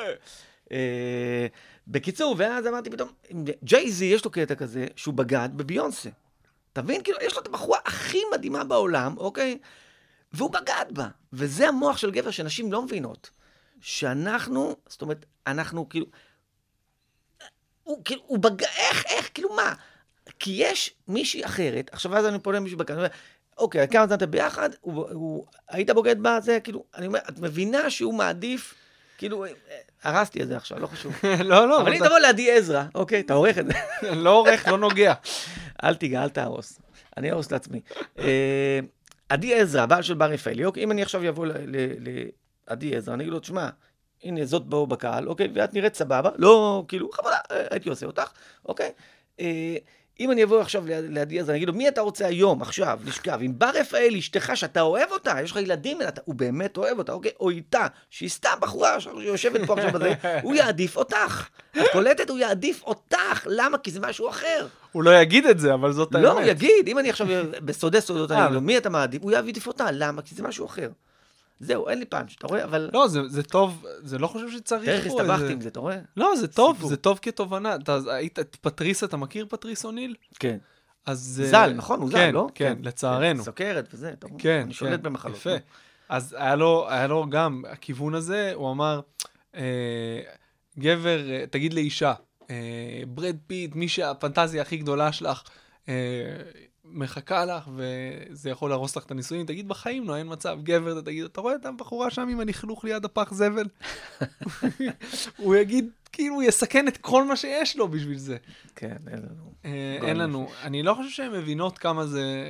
בקיצור, ואז אמרתי פתאום, ג'יי זי יש לו קטע כזה, שהוא בגד בביונסה. אתה מבין? כאילו, יש לו את הבחורה הכי מדהימה בעולם, אוקיי? והוא בגד בה. וזה המוח של גבר שנשים לא מבינות. שאנחנו, זאת אומרת, אנחנו כאילו, הוא כאילו, הוא בגע, איך, איך, כאילו מה? כי יש מישהי אחרת, עכשיו אז אני פונה מישהו בגד, אני אומר, אוקיי, כמה זמן אתה ביחד, הוא, הוא, היית בוגד בה, זה כאילו, אני אומר, את מבינה שהוא מעדיף, כאילו, הרסתי את זה עכשיו, לא חשוב. לא, לא. אבל אם תבוא לעדי עזרא, אוקיי, אתה עורך את זה. לא עורך, לא נוגע. אל תיגע, אל תהרוס. אני ארוס לעצמי. עדי עזרא, בעל של בר רפאלי, אוקיי, אם אני עכשיו יבוא ל... עדי עזרא, אני אגיד לו, תשמע, הנה זאת בו בקהל, אוקיי, ואת נראית סבבה, לא, כאילו, חבודה, הייתי עושה אותך, אוקיי? אם אני אבוא עכשיו לעדי עזרא, אני אגיד לו, מי אתה רוצה היום, עכשיו, לשכב, עם בר רפאלי, אשתך, שאתה אוהב אותה, יש לך ילדים, הוא באמת אוהב אותה, אוקיי? או איתה, שהיא סתם בחורה, שיושבת פה עכשיו בזה, הוא יעדיף אותך. את קולטת, הוא יעדיף אותך. למה? כי זה משהו אחר. הוא לא יגיד את זה, אבל זאת האמת. לא, הוא יגיד, אם אני עכשיו בסודי סודות, אני אגיד לו, מי אתה מעדיף? הוא יעדיף אותה. למה? כי זה משהו אחר. זהו, אין לי פאנץ', אתה רואה? אבל... לא, זה, זה טוב, זה לא חושב שצריך תראה, הסתבכתי עם זה, אתה רואה? לא, זה טוב, סיפור. זה טוב כתובנה. אתה היית פטריס, אתה מכיר פטריס אוניל? כן. אז... זל, נכון? הוא כן, זל, לא? כן, כן, לצערנו. סוכרת וזה, אתה רואה? כן, אני שולט כן, במחלות. יפה. אז היה לו, היה לו גם, הכיוון הזה, הוא אמר, אה, גבר, תגיד לאישה, אה, ברד פיט, מי שהפנטזיה הכי גדולה שלך, אה, מחכה לך, וזה יכול להרוס לך את הניסויים, תגיד בחיים, לא, אין מצב, גבר, אתה תגיד, אתה רואה את הבחורה שם עם הלכלוך ליד הפח זבל? הוא יגיד, כאילו, הוא יסכן את כל מה שיש לו בשביל זה. כן, אין לנו. אין לנו. אני לא חושב שהן מבינות כמה זה,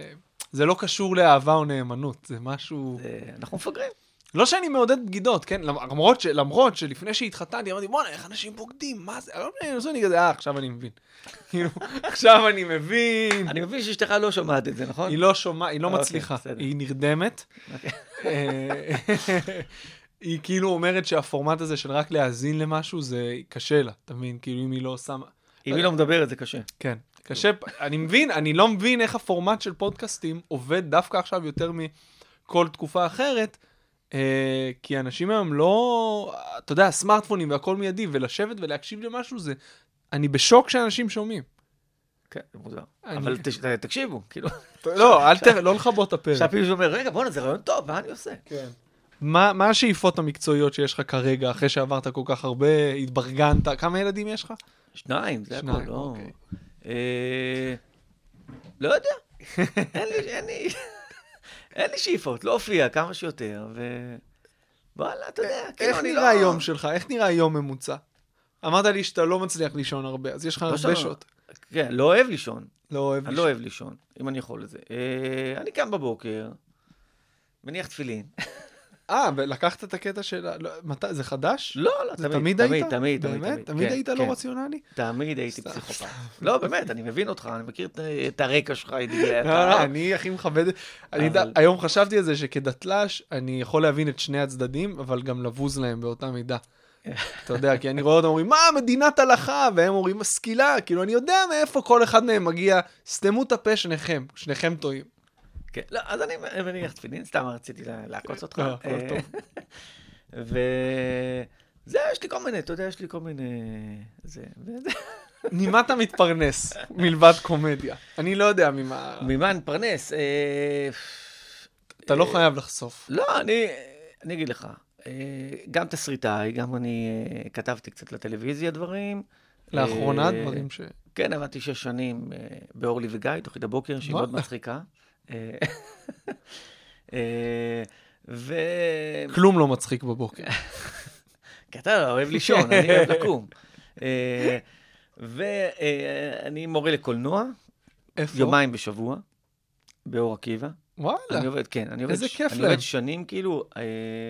זה לא קשור לאהבה או נאמנות, זה משהו... זה- אנחנו מפגרים. לא שאני מעודד בגידות, כן? למרות, ש... למרות שלפני שהתחתנתי, אמרתי, בוא'נה, איך אנשים בוגדים, מה זה? אני לא אני כזה, אה, עכשיו אני מבין. כאילו, עכשיו אני מבין. אני מבין שאשתך לא שומעת את זה, נכון? היא לא שומעת, היא לא אוקיי, מצליחה, בסדר. היא נרדמת. אוקיי. אה, היא כאילו אומרת שהפורמט הזה של רק להאזין למשהו, זה קשה לה, אתה מבין? כאילו, אם היא לא שמה... אם היא לא מדברת, זה קשה. כן, קשה, אני מבין, אני לא מבין איך הפורמט של פודקאסטים עובד דווקא עכשיו יותר מכל תקופה אחרת, אה, כי אנשים היום לא, אתה יודע, סמארטפונים והכל מיידי, ולשבת ולהקשיב למשהו זה, אני בשוק שאנשים שומעים. כן, זה מוזר. אני- אבל תש- ת- תקשיבו, כאילו. לא, אל ת... לא לכבות את הפרק. עכשיו פיוש אומר, רגע, בוא'נה, זה רעיון טוב, מה אני עושה? כן. מה, מה השאיפות המקצועיות שיש לך כרגע, אחרי שעברת כל כך הרבה, התברגנת, כמה ילדים יש לך? שניים, זה שניים, הכל, לא... אוקיי. אה, לא יודע. אין לי, אין לי, אין לי שאיפות, לא הופיע כמה שיותר, ו... וואלה, אתה יודע, כאילו, איך אני נראה לא... היום שלך? איך נראה יום ממוצע? אמרת לי שאתה לא מצליח לישון הרבה, אז יש לך לא הרבה שמה. שעות. כן, לא אוהב לישון. לא אוהב אני לא אוהב לישון, אם אני יכול לזה. אה, אני קם בבוקר, מניח תפילין. אה, ולקחת את הקטע של... ה- לא, מתי? זה חדש? לא, לא, זה תמיד, תמיד תמיד, היית? תמיד, תמיד, באמת? תמיד. תמיד כן, היית כן. לא רציונלי? תמיד הייתי סתם. פסיכופת. לא, באמת, אני מבין אותך, אני מכיר את- את הרקע שלך, ידידי. לא, לא, אני הכי מכבד... אני יודע, אבל- היום חשבתי על זה שכדתל"ש, אני יכול להבין את שני הצדדים, אבל גם לבוז להם באותה מידה. אתה יודע, כי אני רואה אותם אומרים, מה, מדינת הלכה? והם אומרים, משכילה. כאילו, אני יודע מאיפה כל אחד מהם מגיע. סתמו את הפה שניכם, שניכם טועים. כן, לא, אז אני מניח תפילין, סתם רציתי לה- לעקוץ אותך. לא, הכל אה, טוב. וזה, יש לי כל מיני, אתה יודע, יש לי כל מיני... זה, וזה. ממה אתה מתפרנס, מלבד קומדיה? אני לא יודע ממה... ממה נפרנס? אה, אתה לא חייב לחשוף. לא, אני, אני אגיד לך, אה, גם תסריטאי, גם אני אה, כתבתי קצת לטלוויזיה דברים. לאחרונה אה, דברים ש... כן, עבדתי שש שנים אה, באורלי וגיא, תוכנית הבוקר, שהיא מאוד וואלה. מצחיקה. אה, אה, ו... כלום לא מצחיק בבוקר. כי אתה אוהב לישון, אני אוהב לקום. אה, ואני מורה לקולנוע, איפה? יומיים בשבוע, באור עקיבא. אני וואלה. עובד, כן, אני עובד, איזה ש- כיף אני להם. עובד שנים, כאילו, אה,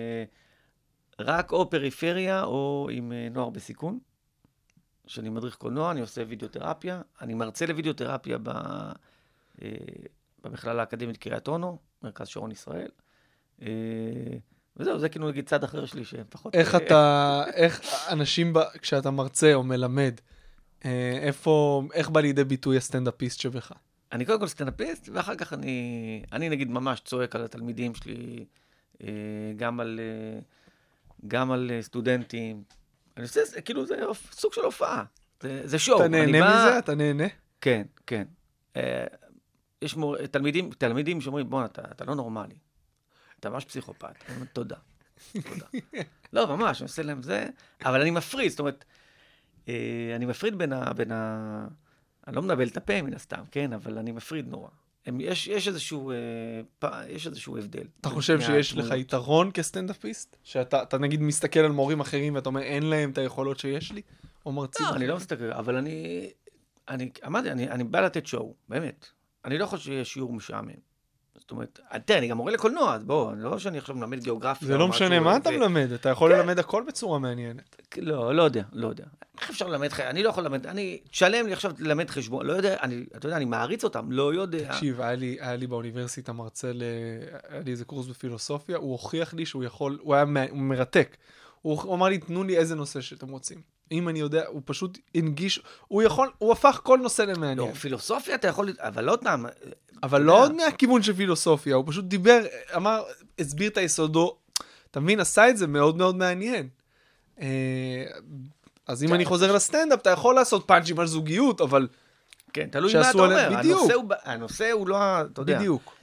רק או פריפריה או עם אה, נוער בסיכון. שאני מדריך קולנוע, אני עושה וידאותרפיה, אני מרצה לוידאותרפיה ב, אה, במכללה האקדמית קריית אונו, מרכז שרון ישראל. אה, וזהו, זה כאילו נגיד צד אחר שלי שפחות... איך אה, אתה, איך אנשים, ב- כשאתה מרצה או מלמד, אה, איפה, איך בא לידי ביטוי הסטנדאפיסט שבך? אני קודם כל סטנדאפיסט, ואחר כך אני, אני נגיד ממש צועק על התלמידים שלי, אה, גם על, אה, גם על אה, סטודנטים. אני עושה, זה- כאילו, זה אופ- סוג של הופעה. זה, זה שואו. אתה אני נהנה בא- מזה? אתה נהנה? כן, כן. אה, יש מור... תלמידים, תלמידים שאומרים, בוא, אתה, אתה לא נורמלי. אתה ממש פסיכופת. אני אומר, תודה. תודה. לא, ממש, אני עושה להם זה, אבל אני מפריד, זאת אומרת, אה, אני מפריד בין ה... בין ה... אני לא מנבל את הפה מן הסתם, כן, אבל אני מפריד נורא. הם, יש, יש איזשהו, אה, פ... יש איזשהו הבדל. אתה חושב שיש לך מהדמויות. יתרון כסטנדאפיסט? שאתה אתה נגיד מסתכל על מורים אחרים ואתה אומר, אין להם את היכולות שיש לי? או מרצים לא, אני אחרים? לא מסתכל, אבל אני, אני, אמרתי, אני, אני בא לתת שואו, באמת. אני לא חושב שיש שיעור משעמם. זאת אומרת, תראה, אני גם מורה לקולנוע, אז בוא, לא שאני עכשיו מלמד גיאוגרפיה. זה או לא משהו, משנה מה אתה זה- מלמד, אתה יכול כן. ללמד הכל בצורה מעניינת. לא, לא יודע, לא יודע. איך אפשר ללמד, אני לא יכול ללמד, אני, תשלם לי עכשיו ללמד חשבון, לא יודע, אני, אתה יודע, אני מעריץ אותם, לא יודע. תקשיב, היה לי, היה לי באוניברסיטה מרצה, ל... היה לי איזה קורס בפילוסופיה, הוא הוכיח לי שהוא יכול, הוא היה מ- הוא מרתק. הוא, הוא אמר לי, תנו לי איזה נושא שאתם רוצים. אם אני יודע, הוא פשוט הנגיש, הוא יכול, הוא הפך כל נושא למעניין. לא, פילוסופיה אתה יכול, אבל לא פעם, אבל אתה לא יודע. עוד מהכיוון של פילוסופיה, הוא פשוט דיבר, אמר, הסביר את היסודו, אתה מבין, עשה את זה מאוד מאוד מעניין. אה, אז אם כן, אני חוזר לסטנדאפ, אתה יכול לעשות פאנצ'ים על זוגיות, אבל כן, תלוי מה אתה שעשו עליהם- אומר, בדיוק. הנושא הוא, הנושא הוא לא, ה- אתה יודע, בדיוק.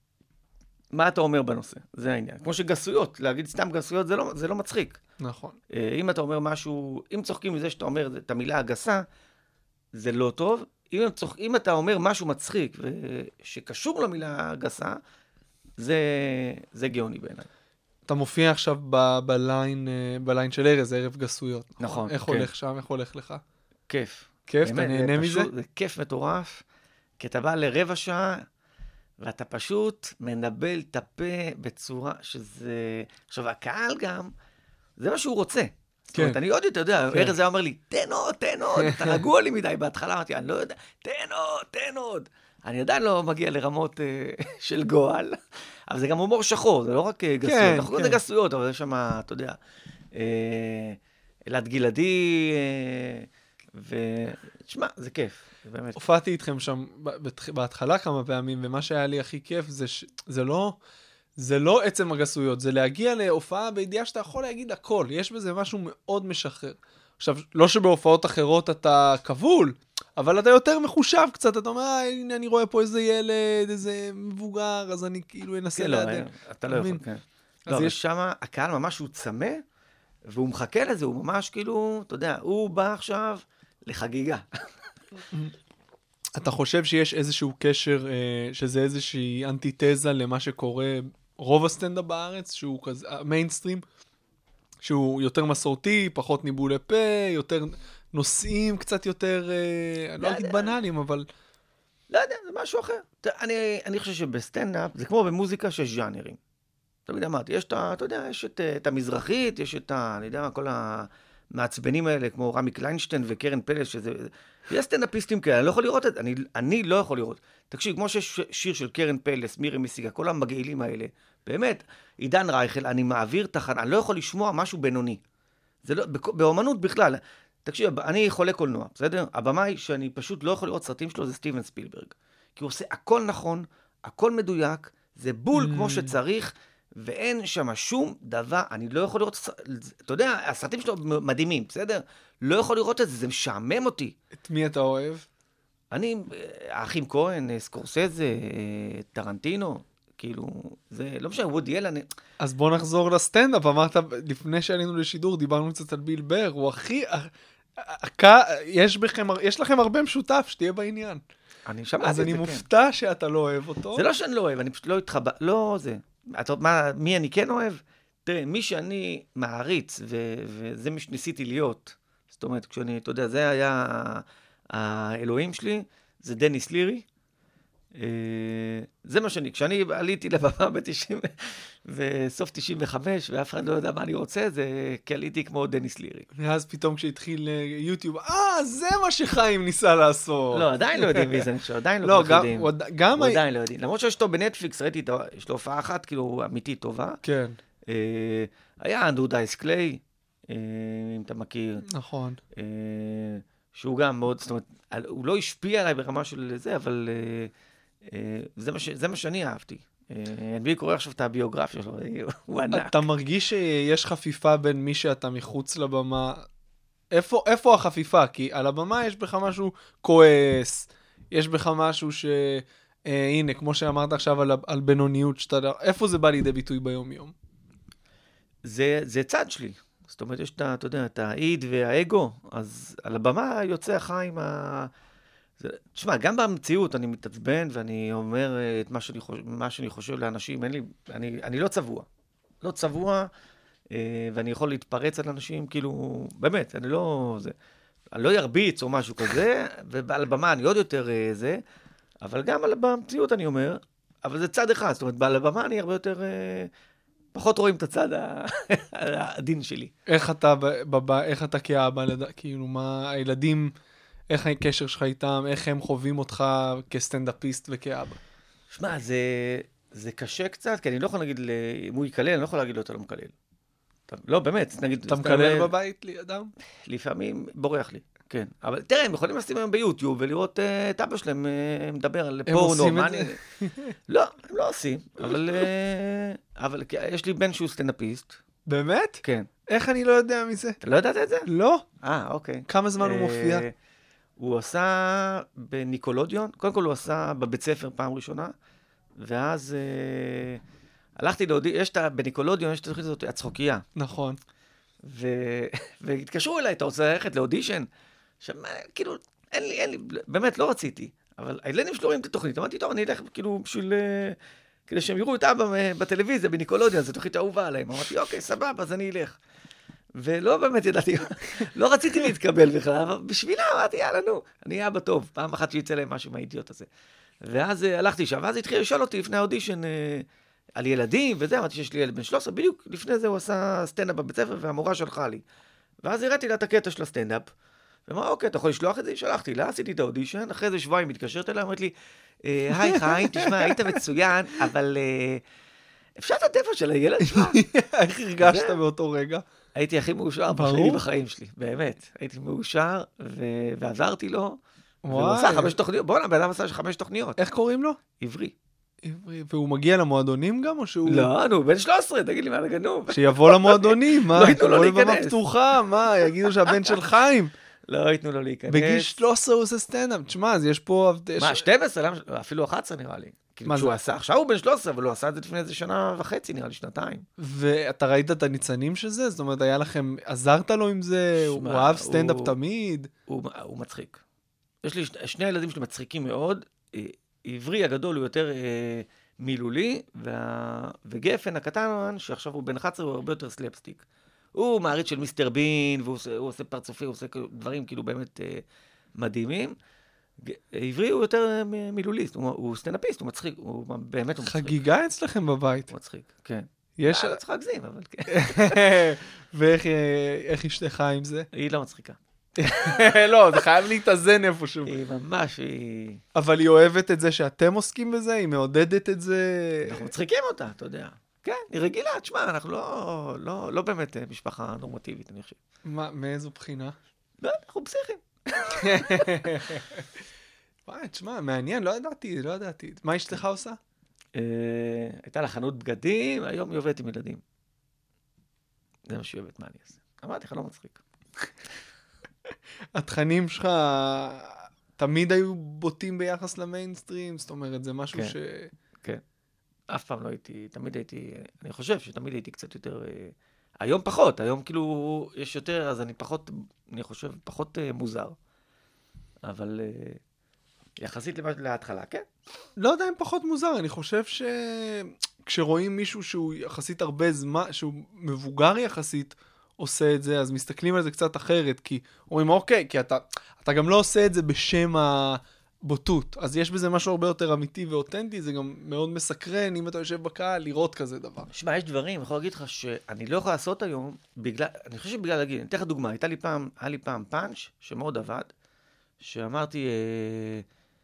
מה אתה אומר בנושא, זה העניין. כמו שגסויות, להגיד סתם גסויות, זה לא, זה לא מצחיק. נכון. אה, אם אתה אומר משהו, אם צוחקים מזה שאתה אומר את המילה הגסה, זה לא טוב. אם, הם צוח, אם אתה אומר משהו מצחיק שקשור למילה הגסה, זה, זה גאוני בעיניי. אתה מופיע עכשיו ב- בליין, אה, בליין של ארז, ערב גסויות. נכון, איך כן. הולך שם? איך הולך לך? כיף. כיף? אתה באמת, נהנה זה מזה? פשוט, זה כיף מטורף, כי אתה בא לרבע שעה, ואתה פשוט מנבל את הפה בצורה שזה... עכשיו, הקהל גם, זה מה שהוא רוצה. זאת אומרת, אני עוד יותר יודע, ארז היה אומר לי, תן עוד, תן עוד, אתה רגוע לי מדי. בהתחלה אמרתי, אני לא יודע, תן עוד, תן עוד. אני עדיין לא מגיע לרמות של גועל, אבל זה גם הומור שחור, זה לא רק גסויות. אנחנו זה גסויות, אבל זה שם, אתה יודע, אלעד גלעדי, ותשמע, זה כיף. הופעתי איתכם שם בהתחלה כמה פעמים, ומה שהיה לי הכי כיף זה שזה לא... זה לא עצם הגסויות, זה להגיע להופעה בידיעה שאתה יכול להגיד הכל, יש בזה משהו מאוד משחרר. עכשיו, לא שבהופעות אחרות אתה כבול, אבל אתה יותר מחושב קצת, אתה אומר, אה, הנה אני רואה פה איזה ילד, איזה מבוגר, אז אני כאילו אנסה להדל. אתה לא יכול, כן. לא, אבל שמה הקהל ממש הוא צמא, והוא מחכה לזה, הוא ממש כאילו, אתה יודע, הוא בא עכשיו לחגיגה. אתה חושב שיש איזשהו קשר, שזה איזושהי אנטיתזה למה שקורה רוב הסטנדאפ בארץ, שהוא כזה, המיינסטרים, שהוא יותר מסורתי, פחות ניבולי פה, יותר נושאים, קצת יותר, אני לא אגיד בנאליים, אבל... לא יודע, זה משהו אחר. אני, אני חושב שבסטנדאפ, זה כמו במוזיקה שיש ז'אנרים. תמיד אמרתי, יש את, אתה יודע, יש את, את המזרחית, יש את ה, אני יודע מה, כל המעצבנים האלה, כמו רמי קליינשטיין וקרן פלס, שזה... יש סטנדאפיסטים כאלה, אני לא יכול לראות את זה, אני, אני לא יכול לראות. תקשיב, כמו שיש שיר של קרן פלס, מירי מסיגה, כל המגעילים האלה, באמת, עידן רייכל, אני מעביר תחנה, אני לא יכול לשמוע משהו בינוני. זה לא, באומנות בכלל. תקשיב, אני חולה קולנוע, בסדר? הבמאי שאני פשוט לא יכול לראות סרטים שלו זה סטיבן ספילברג. כי הוא עושה הכל נכון, הכל מדויק, זה בול mm. כמו שצריך, ואין שם שום דבר, אני לא יכול לראות, אתה יודע, הסרטים שלו מדהימים, בסדר? לא יכול לראות את זה, זה משעמם אותי. את מי אתה אוהב? אני, האחים כהן, סקורסזה, טרנטינו, כאילו, זה לא משנה, וודי אלן. אז בוא נחזור לסטנדאפ, אמרת, לפני שעלינו לשידור, דיברנו קצת על ביל בר, הוא הכי, יש בכם, יש לכם הרבה משותף, שתהיה בעניין. אני שמעתי את אז זה, אני כן. מופתע שאתה לא אוהב אותו. זה לא שאני לא אוהב, אני פשוט לא התחבא, לא זה. אתה יודע, מה, מי אני כן אוהב? תראה, מי שאני מעריץ, ו- וזה מי שניסיתי להיות, זאת אומרת, כשאני, אתה יודע, זה היה האלוהים שלי, זה דניס לירי. זה מה שאני, כשאני עליתי לבמה ב-תשעים, וסוף תשעים וחמש, ואף אחד לא יודע מה אני רוצה, זה כי עליתי כמו דניס לירי. ואז פתאום כשהתחיל יוטיוב, אה, זה מה שחיים ניסה לעשות. לא, עדיין לא יודעים מי זה, אני חושב, עדיין לא יודעים. לא, גם... עדיין לא יודעים. למרות שיש אותו בנטפליקס, ראיתי, יש לו הופעה אחת, כאילו, אמיתית טובה. כן. היה אנדרו דייס קליי, אם אתה מכיר. נכון. שהוא גם מאוד, זאת אומרת, הוא לא השפיע עליי ברמה של זה, אבל זה מה, ש, זה מה שאני אהבתי. אני קורא עכשיו את הביוגרפיה שלו, הוא ענק. אתה מרגיש שיש חפיפה בין מי שאתה מחוץ לבמה? איפה, איפה החפיפה? כי על הבמה יש בך משהו כועס, יש בך משהו ש... אה, הנה, כמו שאמרת עכשיו על, על בינוניות, שאתה... איפה זה בא לידי ביטוי ביום יום? זה, זה צד שלי. זאת אומרת, יש את, אתה יודע, את האיד והאגו, אז על הבמה יוצא החיים ה... זה... תשמע, גם במציאות אני מתעצבן ואני אומר את מה שאני חושב, מה שאני חושב לאנשים, אין לי, אני, אני לא צבוע. לא צבוע, ואני יכול להתפרץ על אנשים, כאילו, באמת, אני לא... זה... אני לא ירביץ או משהו כזה, ועל הבמה אני עוד יותר זה, אבל גם על במציאות אני אומר, אבל זה צד אחד, זאת אומרת, על הבמה אני הרבה יותר... פחות רואים את הצד הדין שלי. איך אתה, בבא, איך אתה כאבא, כאילו, מה הילדים, איך הקשר שלך איתם, איך הם חווים אותך כסטנדאפיסט וכאבא? שמע, זה, זה קשה קצת, כי אני לא יכול להגיד, אם הוא יקלל, אני לא יכול להגיד לו, אתה לא מקלל. לא, באמת, נגיד... אתה מקלל בבית לידם? לפעמים בורח לי, כן. אבל תראה, הם יכולים לשים היום ביוטיוב ולראות את אבא שלהם מדבר על פורנו. הם עושים את זה? לא, הם לא עושים, אבל... אבל יש לי בן שהוא סטנדאפיסט. באמת? כן. איך אני לא יודע מזה? אתה לא יודעת את זה? לא. אה, אוקיי. כמה זמן הוא מופיע? הוא עשה בניקולודיון, קודם כל הוא עשה בבית ספר פעם ראשונה, ואז הלכתי להודיע, יש את בניקולודיון, יש את התוכנית הזאת, הצחוקייה. נכון. והתקשרו אליי, אתה רוצה ללכת לאודישן? עכשיו, כאילו, אין לי, אין לי, באמת לא רציתי, אבל הילדים שלו רואים את התוכנית, אמרתי, טוב, אני אלך כאילו בשביל... כדי שהם יראו את אבא בטלוויזיה, בניקולודיון, זו תוכנית אהובה עליהם. אמרתי, אוקיי, סבבה, אז אני אלך. ולא באמת ידעתי, לא רציתי להתקבל בכלל, אבל בשבילה אמרתי, יאללה, נו, אני אהיה אבא טוב, פעם אחת שיצא להם משהו מהאידיוט הזה. ואז אה, הלכתי שם, ואז התחיל לשאול אותי לפני האודישן אה, על ילדים וזה, אמרתי שיש לי ילד בן שלוש עשרה, בדיוק לפני זה הוא עשה סטנדאפ בבית ספר, והמורה שלחה לי. ואז הראיתי לה את הקטע של הסטנדאפ, ואמרה, אוקיי, אתה יכול לשלוח את זה? שלחתי לה, עשיתי את האודישן, אחרי זה שבועיים מתקשרת אליי, אמרת לי, אה, היי חיים, תשמע, היית מצוין, אבל אה, אפשר את הטבע של הילד שלך? איך הרגשת באותו רגע? הייתי הכי מאושר בשבילי בחיים שלי, באמת. הייתי מאושר, ו- ועזרתי לו, והוא עשה חמש תוכניות. בוא'נה, בן אדם עשה חמש תוכניות. איך קוראים לו? עברי. עברי. והוא מגיע למועדונים גם, או שהוא... לא, נו, בן שלוש עשרה, תגיד לי מה לגנוב. שיבוא למועדונים, מה? לא ייתנו לו שיבוא לבמה להיכנס. פתוחה, מה? יגידו שהבן של חיים. לא ייתנו לו להיכנס. בגיל שלוש עשרה הוא עושה סטנדאפ. תשמע, אז יש פה... מה, שתים עשרה? אפילו אחת עשרה נראה לי. מה שהוא זה? עשה, עכשיו הוא בן שלוש עשרה, אבל הוא עשה את זה לפני איזה שנה וחצי, נראה לי שנתיים. ואתה ראית את הניצנים של זה? זאת אומרת, היה לכם... עזרת לו עם זה? הוא שמע, אהב סטנדאפ הוא- תמיד? הוא, הוא מצחיק. יש לי, שני הילדים שלי מצחיקים מאוד. אה, עברי הגדול הוא יותר אה, מילולי, וה, וגפן הקטן, שעכשיו הוא בן אחת עשרה, הוא הרבה יותר סלפסטיק. הוא מעריץ של מיסטר בין, והוא עושה, הוא עושה פרצופי, הוא עושה כאילו דברים כאילו באמת אה, מדהימים. ג- עברי הוא יותר אה, מ- מילוליסט, הוא, הוא סטנדאפיסט, הוא מצחיק, הוא באמת הוא מצחיק. חגיגה אצלכם בבית. הוא מצחיק, כן. יש... אה, לא צריך להגזים, אבל כן. ואיך איך אשתך עם זה? היא לא מצחיקה. לא, זה חייב להתאזן איפשהו. היא ממש, היא... אבל היא אוהבת את זה שאתם עוסקים בזה? היא מעודדת את זה? אנחנו מצחיקים אותה, אתה יודע. כן, היא רגילה, תשמע, אנחנו לא, לא, לא באמת אה, משפחה נורמטיבית, אני חושב. מה, מאיזו בחינה? לא, אנחנו פסיכים. וואי, תשמע, מעניין, לא ידעתי, לא ידעתי. מה אשתך עושה? אה, הייתה לה חנות בגדים, היום היא עובדת עם ילדים. זה מה שהיא אוהבת, מה אני אעשה? אמרתי לך, לא מצחיק. התכנים שלך תמיד היו בוטים ביחס למיינסטרים? זאת אומרת, זה משהו כן. ש... כן. אף פעם לא הייתי, תמיד הייתי, אני חושב שתמיד הייתי קצת יותר, אה, היום פחות, היום כאילו יש יותר, אז אני פחות, אני חושב, פחות אה, מוזר. אבל אה, יחסית למה, להתחלה, כן. לא יודע אם פחות מוזר, אני חושב שכשרואים מישהו שהוא יחסית הרבה זמן, שהוא מבוגר יחסית, עושה את זה, אז מסתכלים על זה קצת אחרת, כי אומרים, אוקיי, כי אתה, אתה גם לא עושה את זה בשם הבוטות, אז יש בזה משהו הרבה יותר אמיתי ואותנטי, זה גם מאוד מסקרן, אם אתה יושב בקהל, לראות כזה דבר. שמע, יש דברים, אני יכול להגיד לך שאני לא יכול לעשות היום, בגלל, אני חושב שבגלל להגיד, אני אתן לך דוגמה, הייתה לי פעם, היה לי פעם פאנץ' שמאוד עבד, שאמרתי, אה,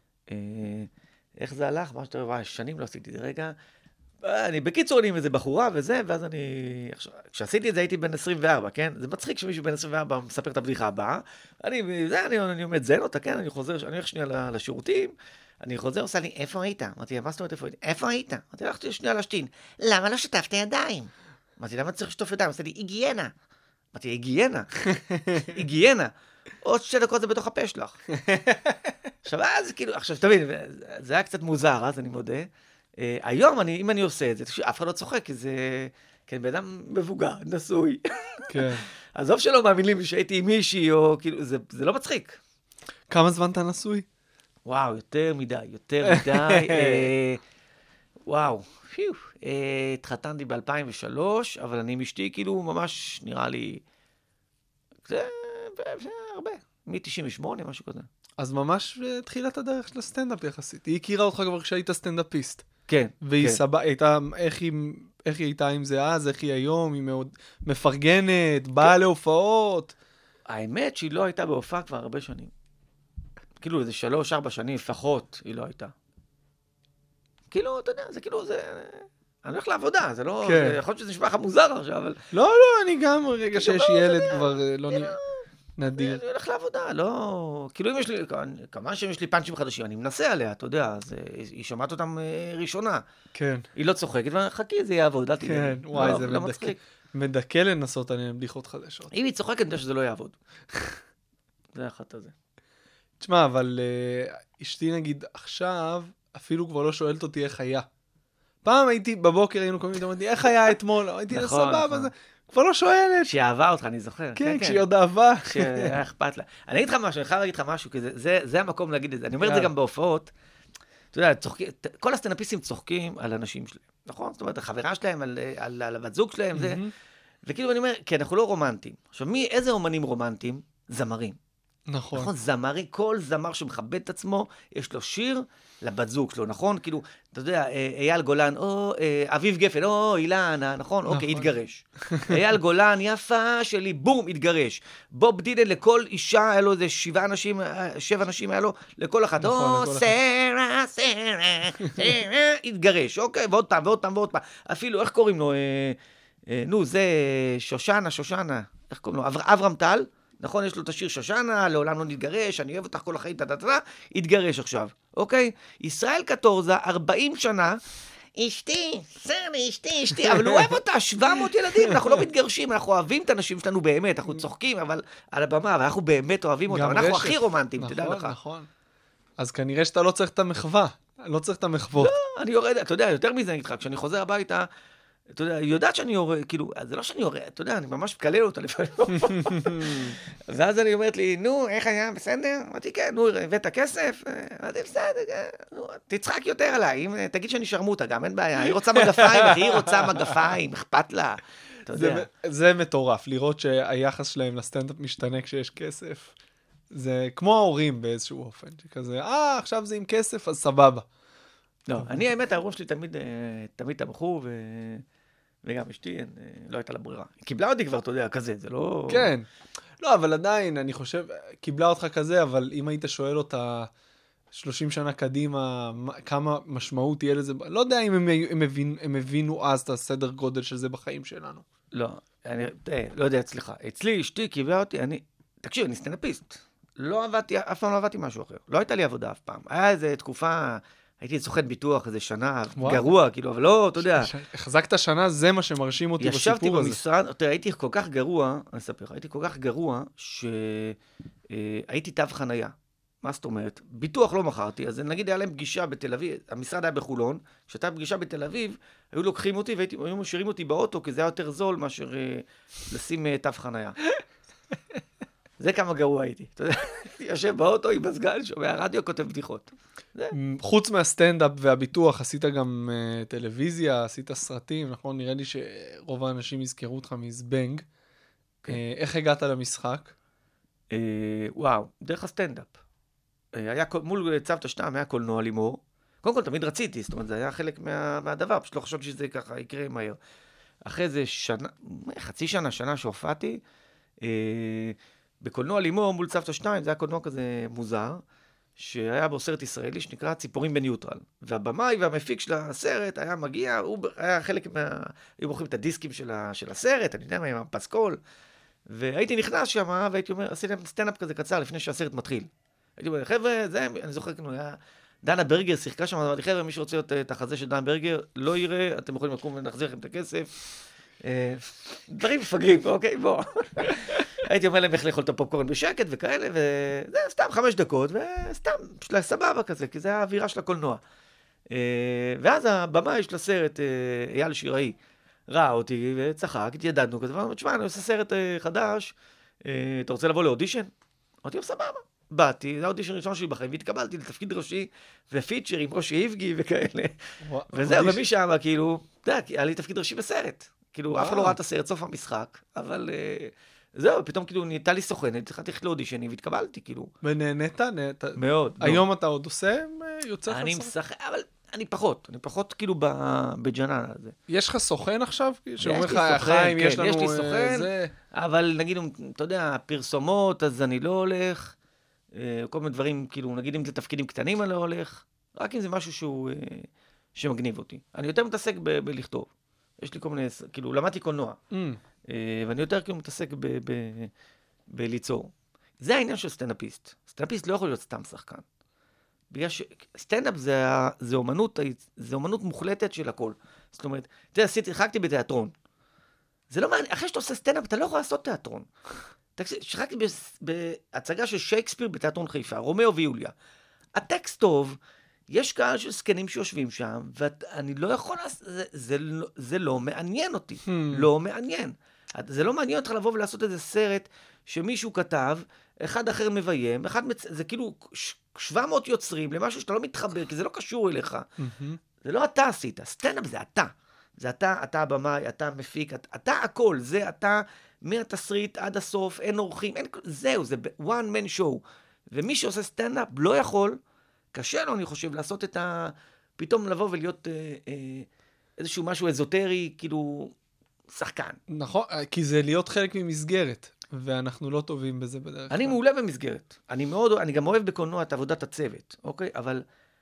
אה, איך זה הלך? מה שאתה רואה, שנים לא עשיתי את זה, רגע, אני בקיצור, אני עם איזה בחורה וזה, ואז אני... עכשיו, כשעשיתי את זה הייתי בן עשרים וארבע, כן? זה מצחיק שמישהו בן עשרים וארבע מספר את הבדיחה הבאה. אני, זה, אני, אני עומד זן אותה, כן? אני חוזר, אני הולך שנייה לשירותים, אני חוזר, עושה לי, איפה היית? אמרתי, מה זאת אומרת, איפה היית? איפה היית? אמרתי, הלכתי שנייה להשתין. למה לא שטפת ידיים? אמרתי, למה צריך לשטוף ידיים? עושה לי, היגיינה. אמרתי, היגיינה? היגיינה. עוד שתי דקות זה בתוך הפה שלך. עכשיו, אז כאילו, עכשיו, תבין, זה היה קצת מוזר, אז אני מודה. Uh, היום, אני, אם אני עושה את זה, אף אחד לא צוחק, כי זה... כן, בן אדם מבוגר, נשוי. כן. עזוב שלא מאמינים לי שהייתי עם מישהי, או כאילו, זה, זה לא מצחיק. כמה זמן אתה נשוי? וואו, יותר מדי, יותר מדי. אה, וואו, פיו. אה, התחתנתי ב-אלפיים ושלוש, אבל אני עם אשתי, כאילו, ממש נראה לי... זה, זה הרבה. מ-תשעים ושמונה, משהו כזה. אז ממש התחילה הדרך של הסטנדאפ יחסית. היא הכירה אותך כבר כשהיית סטנדאפיסט. כן, והיא כן. סבבה, הייתה, איך היא, איך היא הייתה עם זה אז, איך היא היום, היא מאוד מפרגנת, באה להופעות. האמת שהיא לא הייתה בהופעה כבר הרבה שנים. כאילו איזה שלוש, ארבע שנים לפחות היא לא הייתה. כאילו, אתה יודע, זה כאילו, זה... אני הולך לעבודה, זה לא... כן. זה יכול להיות שזה נשמע לך מוזר עכשיו, אבל... לא, לא, אני גם, רגע שיש לא, ילד אתה יודע, כבר אה, לא כאילו, נראה, נדיר. אני הולך לעבודה, לא... כאילו אם יש לי... כמובן שאם יש לי פאנצ'ים חדשים, אני מנסה עליה, אתה יודע, אז אה, היא שומעת אותם אה, ראשונה. כן, היא לא צוחקת, ואני חכי, זה יעבוד, אל תדאג. כן, וואי, לא, זה לא מדכא. מצחיק. מדכא לנסות עליהם בדיחות חדשות. אם היא צוחקת, אני יודע שזה לא יעבוד. זה אחת הזה. תשמע, אבל אה, אשתי נגיד עכשיו, אפילו כבר לא שואלת אותי איך היה. פעם הייתי, בבוקר היינו קוראים לי, אמרתי, איך היה אתמול? הייתי נכון, סבבה, נכון. זה כבר לא שואלת. שהיא אהבה אותך, אני זוכר. כן, כשהיא עוד אהבה. שהיה אכפת לה. אני אגיד לך משהו, אני חייב להגיד לך משהו, כי זה, זה, זה המקום להגיד את זה. אני אומר את זה יאללה. גם בהופעות. אתה יודע, צוחקים, כל הסטנדאפיסטים צוחקים על אנשים שלהם, נכון? זאת אומרת, החברה שלהם, על, על, על הבת זוג שלהם, זה... וכאילו אני אומר, כי אנחנו לא רומנטים. עכשיו, מי, איזה אומנים רומנטיים? זמרים. נכון. נכון, זמרי, כל זמר שמכבד את עצמו, יש לו שיר לבת זוג שלו, נכון? כאילו, אתה יודע, אייל גולן, או אביב גפן, או אילנה, נכון? אוקיי, התגרש. אייל גולן, יפה שלי, בום, התגרש. בוב דילן, לכל אישה, היה לו איזה שבעה אנשים, שבע אנשים היה לו, לכל אחת, או סרה, סרה, סרה, התגרש, אוקיי, ועוד פעם, ועוד פעם, ועוד פעם. אפילו, איך קוראים לו? נו, זה שושנה, שושנה, איך קוראים לו? אברהם טל. נכון, יש לו את השיר שושנה, לעולם לא נתגרש, אני אוהב אותך כל החיים, תתתתת, התגרש עכשיו, אוקיי? ישראל קטורזה, ארבעים שנה, אשתי, סרני, אשתי, אשתי, אבל הוא אוהב אותה, שבע מאות ילדים, אנחנו לא מתגרשים, אנחנו אוהבים את הנשים שלנו באמת, אנחנו צוחקים, אבל על הבמה, ואנחנו באמת אוהבים אותה, אנחנו הכי רומנטיים, תדע לך. נכון, נכון. אז כנראה שאתה לא צריך את המחווה, לא צריך את המחוות. לא, אני יורד, אתה יודע, יותר מזה נגיד לך, כשאני חוזר הביתה, אתה יודע, היא יודעת שאני יורד, כאילו, זה לא שאני יורד, אתה יודע, אני ממש מקלל אותה לפעמים. ואז אני אומרת לי, נו, איך היה, בסדר? אמרתי, כן, נו, הבאת כסף? אמרתי, בסדר, נו, תצחק יותר עליי, תגיד שאני שרמוטה גם, אין בעיה, היא רוצה מגפיים, היא רוצה מגפיים, אכפת לה, אתה יודע. זה מטורף, לראות שהיחס שלהם לסטנדאפ משתנה כשיש כסף. זה כמו ההורים באיזשהו אופן, שכזה, אה, עכשיו זה עם כסף, אז סבבה. לא, אני האמת, ההורים שלי תמיד, תמיד תמכו, ו... וגם אשתי, לא הייתה לה ברירה. היא קיבלה אותי כבר, אתה יודע, כזה, זה לא... כן. לא, אבל עדיין, אני חושב, קיבלה אותך כזה, אבל אם היית שואל אותה שלושים שנה קדימה, כמה משמעות תהיה לזה, לא יודע אם הם, הם, הבין, הם הבינו אז את הסדר גודל של זה בחיים שלנו. לא, אני לא יודע אצלך. אצלי, אשתי קיבלה אותי, אני... תקשיב, אני סטנדאפיסט. לא עבדתי, אף פעם לא עבדתי משהו אחר. לא הייתה לי עבודה אף פעם. היה איזו תקופה... הייתי סוכן ביטוח איזה שנה, גרוע, כאילו, אבל לא, אתה יודע. החזקת שנה, זה מה שמרשים אותי בסיפור הזה. ישבתי במשרד, תראה, הייתי כל כך גרוע, אני אספר לך, הייתי כל כך גרוע, שהייתי תו חנייה. מה זאת אומרת? ביטוח לא מכרתי, אז נגיד היה להם פגישה בתל אביב, המשרד היה בחולון, כשהייתה פגישה בתל אביב, היו לוקחים אותי והיו משאירים אותי באוטו, כי זה היה יותר זול מאשר לשים תו חנייה. זה כמה גרוע הייתי. אתה יודע, יושב באוטו עם הסגל, שומע רדיו, כותב בדיחות. חוץ מהסטנדאפ והביטוח, עשית גם טלוויזיה, עשית סרטים, נכון? נראה לי שרוב האנשים יזכרו אותך מזבנג. איך הגעת למשחק? וואו, דרך הסטנדאפ. מול צוותא שתיים היה קולנוע לימור. קודם כל, תמיד רציתי, זאת אומרת, זה היה חלק מהדבר, פשוט לא חשבתי שזה ככה יקרה מהר. אחרי זה שנה, חצי שנה, שנה שהופעתי, בקולנוע לימור מול צוותא שתיים, זה היה קולנוע כזה מוזר, שהיה בו סרט ישראלי שנקרא ציפורים בניוטרל. והבמאי והמפיק של הסרט היה מגיע, הוא היה חלק מה... היו מוכרים את הדיסקים של, ה... של הסרט, אני יודע מה, עם הפסקול. והייתי נכנס שם, והייתי אומר, עשיתי להם סטנדאפ כזה קצר לפני שהסרט מתחיל. הייתי אומר, חבר'ה, זה, אני זוכר, כאילו, היה... דנה ברגר שיחקה שם, אמרתי, חבר'ה, מי שרוצה להיות את החזה של דנה ברגר, לא יראה, אתם יכולים לקום ונחזיר לכם את הכסף. דברים מפגרים, אוקיי, בוא. הייתי אומר להם איך לאכול את הפופקורן בשקט וכאלה, וזה סתם חמש דקות, וסתם, סבבה כזה, כי זה האווירה של הקולנוע. ואז הבמאי של הסרט, אייל שיראי, ראה אותי וצחק, התיידדנו כזה, ואמרנו, תשמע, אני עושה סרט חדש, אתה רוצה לבוא לאודישן? אמרתי, סבבה. באתי, זה האודישן הראשון שלי בחיים, והתקבלתי לתפקיד ראשי, ופיצ'ר עם ראשי איבגי וכאלה. וזהו, ומי שם, כאילו, אתה יודע, היה לי תפקיד ראשי בסרט. כאילו, אף אחד לא ראה את הסרט, סוף המשחק, אבל זהו, פתאום כאילו נהייתה לי סוכנת, התחלתי ללכת לאודישנים, והתקבלתי, כאילו. ונהנית? מאוד. היום אתה עוד עושה? יוצא לך סוכן? אני משחק, אבל אני פחות, אני פחות כאילו בג'נן הזה. יש לך סוכן עכשיו? יש לי סוכן, כן, יש לי סוכן, אבל נגיד, אתה יודע, פרסומות, אז אני לא הולך, כל מיני דברים, כאילו, נגיד אם זה תפקידים קטנים, אני לא הולך, רק אם זה משהו שהוא, שמגניב אותי. אני יותר מתעסק בלכתוב. יש לי כל מיני, כאילו, למדתי קולנוע. ואני יותר כאילו מתעסק בליצור. זה העניין של סטנדאפיסט. סטנדאפיסט לא יכול להיות סתם שחקן. בגלל שסטנדאפ זה, זה אומנות, זה אומנות מוחלטת של הכל. זאת אומרת, אתה יודע, שחקתי בתיאטרון. זה לא מעניין, אחרי שאתה עושה סטנדאפ, אתה לא יכול לעשות תיאטרון. שחקתי בהצגה של שייקספיר בתיאטרון חיפה, רומאו ויוליה. הטקסט טוב, יש קהל של סקנים שיושבים שם, ואני לא יכול, זה, זה, לא, זה לא מעניין אותי, hmm. לא מעניין. זה לא מעניין אותך לבוא ולעשות איזה סרט שמישהו כתב, אחד אחר מביים, אחד מצ... זה כאילו שבע מאות יוצרים למשהו שאתה לא מתחבר, כי זה לא קשור אליך. Mm-hmm. זה לא אתה עשית, סטנדאפ זה אתה. זה אתה, אתה הבמאי, אתה המפיק, אתה, אתה הכל, זה אתה מהתסריט עד הסוף, אין אורחים, אין, זהו, זה one man show. ומי שעושה סטנדאפ לא יכול, קשה לו, אני חושב, לעשות את ה... פתאום לבוא ולהיות אה, אה, איזשהו משהו אזוטרי, כאילו, שחקן. נכון, כי זה להיות חלק ממסגרת, ואנחנו לא טובים בזה בדרך כלל. אני מעולה במסגרת. אני מאוד, אני גם אוהב בקולנוע את עבודת הצוות, אוקיי? אבל,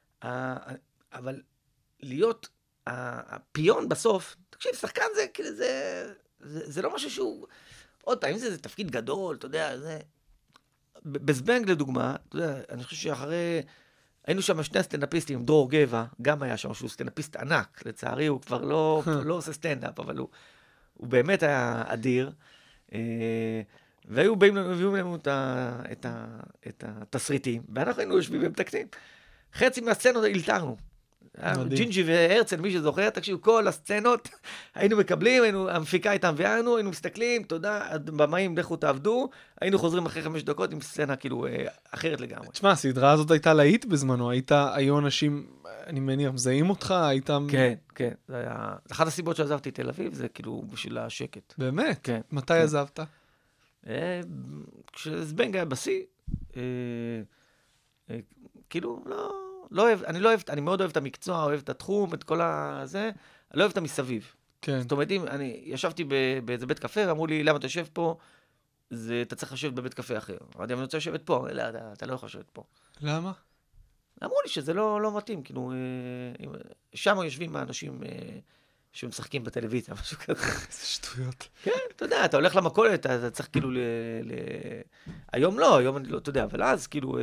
אבל להיות הפיון בסוף, תקשיב, שחקן זה, זה, זה, זה לא משהו שהוא... עוד פעם, אם זה, זה תפקיד גדול, אתה יודע, זה... בזבנג לדוגמה, אתה יודע, אני חושב שאחרי... היינו שם שני סטנדאפיסטים, דרור גבע, גם היה שם שהוא סטנדאפיסט ענק, לצערי הוא כבר לא, לא עושה סטנדאפ, אבל הוא, הוא באמת היה אדיר. והיו באים לנו, לנו את, ה, את, ה, את התסריטים, ואנחנו היינו יושבים ומתקנים. חצי מהסצנות הילתרנו. ג'ינג'י והרצל, מי שזוכר, תקשיב, כל הסצנות היינו מקבלים, היינו, המפיקה הייתה מביאנו, היינו מסתכלים, תודה, במאים, לכו תעבדו, היינו חוזרים אחרי חמש דקות עם סצנה כאילו אה, אחרת לגמרי. תשמע, הסדרה הזאת הייתה להיט בזמנו, היית, היו אנשים, אני מניח, מזהים אותך, היית... כן, כן, זה היה... אחת הסיבות שעזבתי תל אביב, זה כאילו בשביל השקט. באמת? כן. מתי כן. עזבת? אה, כשזבנג היה בשיא, אה, אה, כאילו, לא... לא אוהב, אני לא אוהב, אני מאוד אוהב את המקצוע, אוהב את התחום, את כל הזה, אני לא אוהב את המסביב. כן. זאת אומרת, אם אני ישבתי באיזה בית קפה, ואמרו לי, למה אתה יושב פה? זה, אתה צריך לשבת בבית קפה אחר. אמרתי, אני רוצה לשבת פה. לא, אתה, אתה לא יכול לשבת פה. למה? אמרו לי שזה לא, לא מתאים, כאילו, שם יושבים האנשים שמשחקים בטלוויזיה, משהו כזה. איזה שטויות. כן, אתה יודע, אתה הולך למכולת, אתה, אתה צריך כאילו ל... ל... היום לא, היום אני לא, אתה יודע, אבל אז כאילו...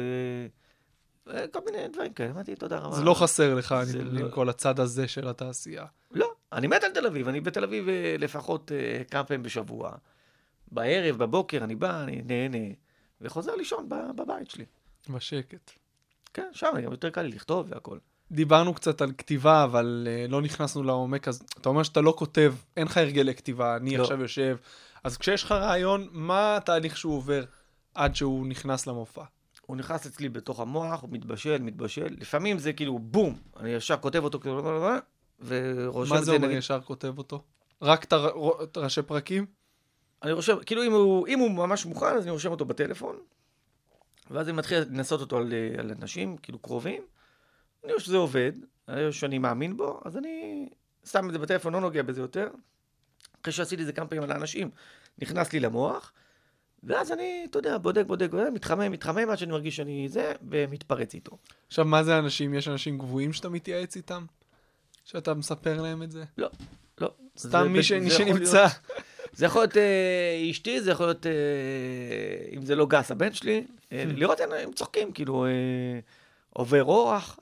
כל מיני דברים כאלה, אמרתי, תודה רבה. זה לא חסר לך, אני לא... מבין, כל הצד הזה של התעשייה. לא, אני מת על תל אביב, אני בתל אביב לפחות כמה פעמים בשבוע. בערב, בבוקר, אני בא, אני נהנה, וחוזר לישון בבית שלי. בשקט. כן, שם גם יותר קל לי לכתוב והכל. דיברנו קצת על כתיבה, אבל uh, לא נכנסנו לעומק, אז אתה אומר שאתה לא כותב, אין לך הרגלי כתיבה, אני לא. עכשיו יושב, אז כשיש לך רעיון, מה התהליך שהוא עובר עד שהוא נכנס למופע? הוא נכנס אצלי בתוך המוח, הוא מתבשל, מתבשל. לפעמים זה כאילו בום, אני ישר כותב אותו כאילו, ורושם מה את זה זה. אומר נגיד... ישר כותב אותו? רק את הר... ראשי פרקים? אני רושם, כאילו אם הוא, אם הוא ממש מוכן, אז אני רושם אותו בטלפון, ואז אני מתחיל לנסות אותו על, על אנשים, כאילו קרובים. אני חושב שזה עובד, אני חושב שאני מאמין בו, אז אני שם את זה בטלפון, לא נוגע בזה יותר. אחרי שעשיתי את זה כמה פעמים על האנשים, נכנס לי למוח, ואז אני, אתה יודע, בודק, בודק, בודק, מתחמם, מתחמם, עד שאני מרגיש שאני זה, ומתפרץ איתו. עכשיו, מה זה אנשים? יש אנשים גבוהים שאתה מתייעץ איתם? שאתה מספר להם את זה? לא, לא. סתם מי ש... זה שנמצא. להיות, זה יכול להיות אה, אשתי, זה יכול להיות, אה, אם זה לא גס, הבן שלי, אה, לראות הם צוחקים, כאילו, אה, עובר אורח.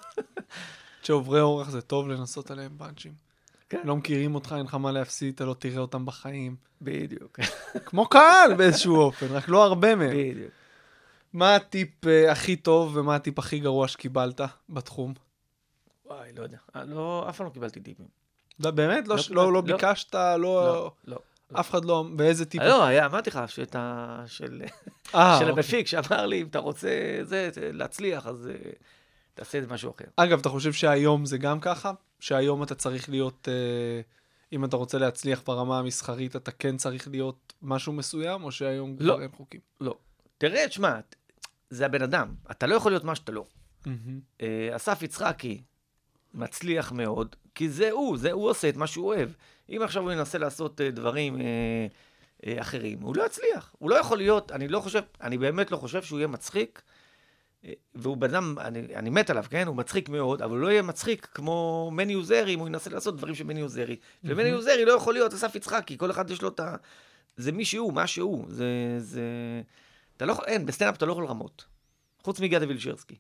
שעוברי אורח זה טוב לנסות עליהם פאנצ'ים. כן. לא מכירים אותך, אין לך מה להפסיד, אתה לא תראה אותם בחיים. בדיוק. כמו קהל באיזשהו אופן, רק לא הרבה מהם. בדיוק. מה הטיפ uh, הכי טוב ומה הטיפ הכי גרוע שקיבלת בתחום? וואי, לא יודע. לא, אף פעם לא קיבלתי טיפים. לא, באמת? לא, לא, לא, לא, לא. לא ביקשת? לא, לא, לא. אף אחד לא... באיזה טיפ? לא, היה, אמרתי לך, שאתה, של, אה, של אוקיי. המפיק, שאמר לי, אם אתה רוצה זה, להצליח, אז תעשה את זה משהו אחר. אגב, אתה חושב שהיום זה גם ככה? שהיום אתה צריך להיות... Uh, אם אתה רוצה להצליח ברמה המסחרית, אתה כן צריך להיות משהו מסוים, או שהיום לא. כבר אין חוקים? לא. תראה, תשמע, זה הבן אדם. אתה לא יכול להיות מה שאתה לא. מהמם. אה, אסף יצחקי מצליח מאוד, כי זה הוא, זה הוא עושה את מה שהוא אוהב. אם עכשיו הוא ינסה לעשות אה, דברים אה, אה, אחרים, הוא לא יצליח. הוא לא יכול להיות, אני לא חושב, אני באמת לא חושב שהוא יהיה מצחיק, אה, והוא בן אדם, אני, אני מת עליו, כן? הוא מצחיק מאוד, אבל הוא לא יהיה מצחיק כמו מני עוזרי, אם הוא ינסה לעשות דברים של מני עוזרי. ומני עוזרי לא יכול להיות אסף יצחקי, כל אחד יש לו את ה... זה מי שהוא, מה שהוא. זה, זה... אתה לא יכול, אין, בסטנדאפ אתה לא יכול לרמות. חוץ מגדי וילשרסקי.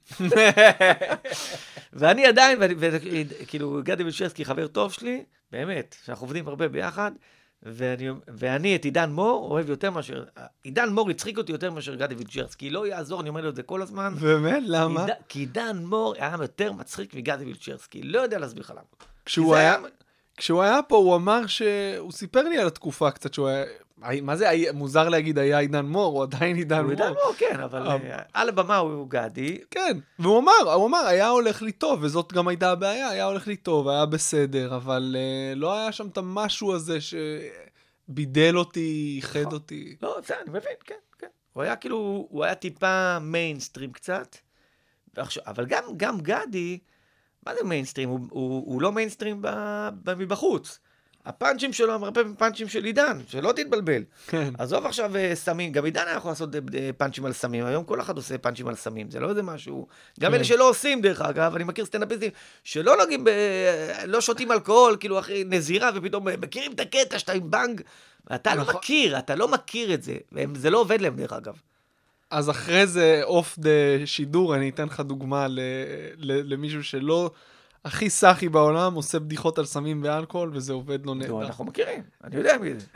ואני עדיין, כאילו, גדי וילשרסקי חבר טוב שלי, באמת, שאנחנו עובדים הרבה ביחד, ואני, ואני את עידן מור אוהב יותר מאשר, עידן מור הצחיק אותי יותר מאשר גדי וילשרסקי, לא יעזור, אני אומר לו את זה כל הזמן. באמת? למה? כי עידן מור היה יותר מצחיק מגדי וילשרסקי, לא יודע להסביר לך למה. כשהוא היה... כשהוא היה פה, הוא אמר שהוא סיפר לי על התקופה קצת שהוא היה... מה זה, מוזר להגיד היה עידן מור, הוא עדיין עידן מור. הוא עידן מור, כן, אבל על הבמה הוא גדי. כן, והוא אמר, הוא אמר, היה הולך לי טוב, וזאת גם הייתה הבעיה, היה הולך לי טוב, היה בסדר, אבל לא היה שם את המשהו הזה שבידל אותי, ייחד אותי. לא, זה אני מבין, כן, כן. הוא היה כאילו, הוא היה טיפה מיינסטרים קצת, אבל גם, גם גדי, מה זה מיינסטרים? הוא, הוא, הוא לא מיינסטרים מבחוץ. הפאנצ'ים שלו הם הרבה פאנצ'ים של עידן, שלא תתבלבל. כן. עזוב עכשיו סמים, גם עידן היה יכול לעשות פאנצ'ים על סמים, היום כל אחד עושה פאנצ'ים על סמים, זה לא איזה משהו. גם אלה שלא עושים, דרך אגב, אני מכיר סטנדאפיסטים, שלא נוגעים, לא שותים אלכוהול, כאילו אחרי נזירה, ופתאום מכירים את הקטע שאתה עם בנג, אתה לא מכיר, אתה לא מכיר את זה, וזה לא עובד להם, דרך אגב. אז אחרי זה, אוף דה שידור, אני אתן לך דוגמה למישהו שלא... הכי סחי בעולם, עושה בדיחות על סמים ואלכוהול, וזה עובד לו נהדר. אנחנו מכירים, אני יודע מי זה.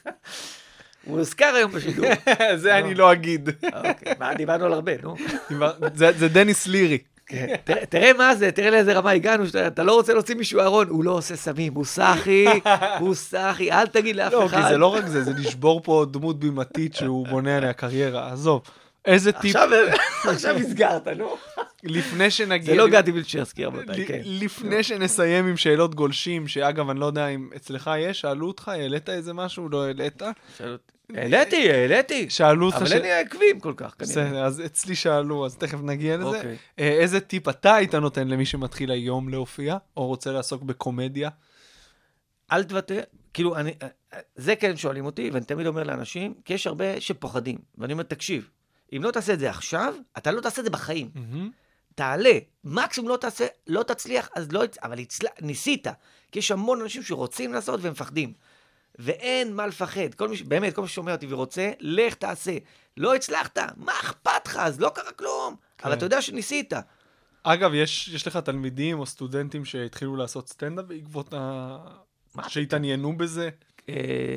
הוא הוזכר היום בשידור. זה אני לא אגיד. מה, דיברנו על הרבה, נו. זה דניס לירי. תראה מה זה, תראה לאיזה רמה הגענו, אתה לא רוצה להוציא מישהו ארון, הוא לא עושה סמים, הוא סחי, הוא סחי, אל תגיד לאף אחד. לא, כי זה לא רק זה, זה לשבור פה דמות בימתית שהוא בונה עליה קריירה. עזוב, איזה טיפ... עכשיו הסגרת, נו. לפני שנגיד... זה לא גדי וילצ'רסקי, רבותיי, כן. לפני שנסיים עם שאלות גולשים, שאגב, אני לא יודע אם אצלך יש, שאלו אותך, העלית איזה משהו, לא העלית? העליתי, העליתי. שאלו אותך... אבל אין לי עקבים כל כך, כנראה. בסדר, אז אצלי שאלו, אז תכף נגיע לזה. איזה טיפ אתה היית נותן למי שמתחיל היום להופיע, או רוצה לעסוק בקומדיה? אל תוותר, כאילו, זה כן שואלים אותי, ואני תמיד אומר לאנשים, כי יש הרבה שפוחדים, ואני אומר, תקשיב, אם לא תעשה את זה עכשיו, אתה לא תעשה את זה בחיים. תעלה, מקסימום לא תעשה, לא תצליח, אז לא, אבל הצל... ניסית, כי יש המון אנשים שרוצים לעשות והם מפחדים. ואין מה לפחד. כל מי, באמת, כל מי ששומע אותי ורוצה, לך תעשה. לא הצלחת, מה אכפת לך? אז לא קרה כלום. כן. אבל אתה יודע שניסית. אגב, יש, יש לך תלמידים או סטודנטים שהתחילו לעשות סטנדאפ בעקבות ה... שהתעניינו בזה? אה...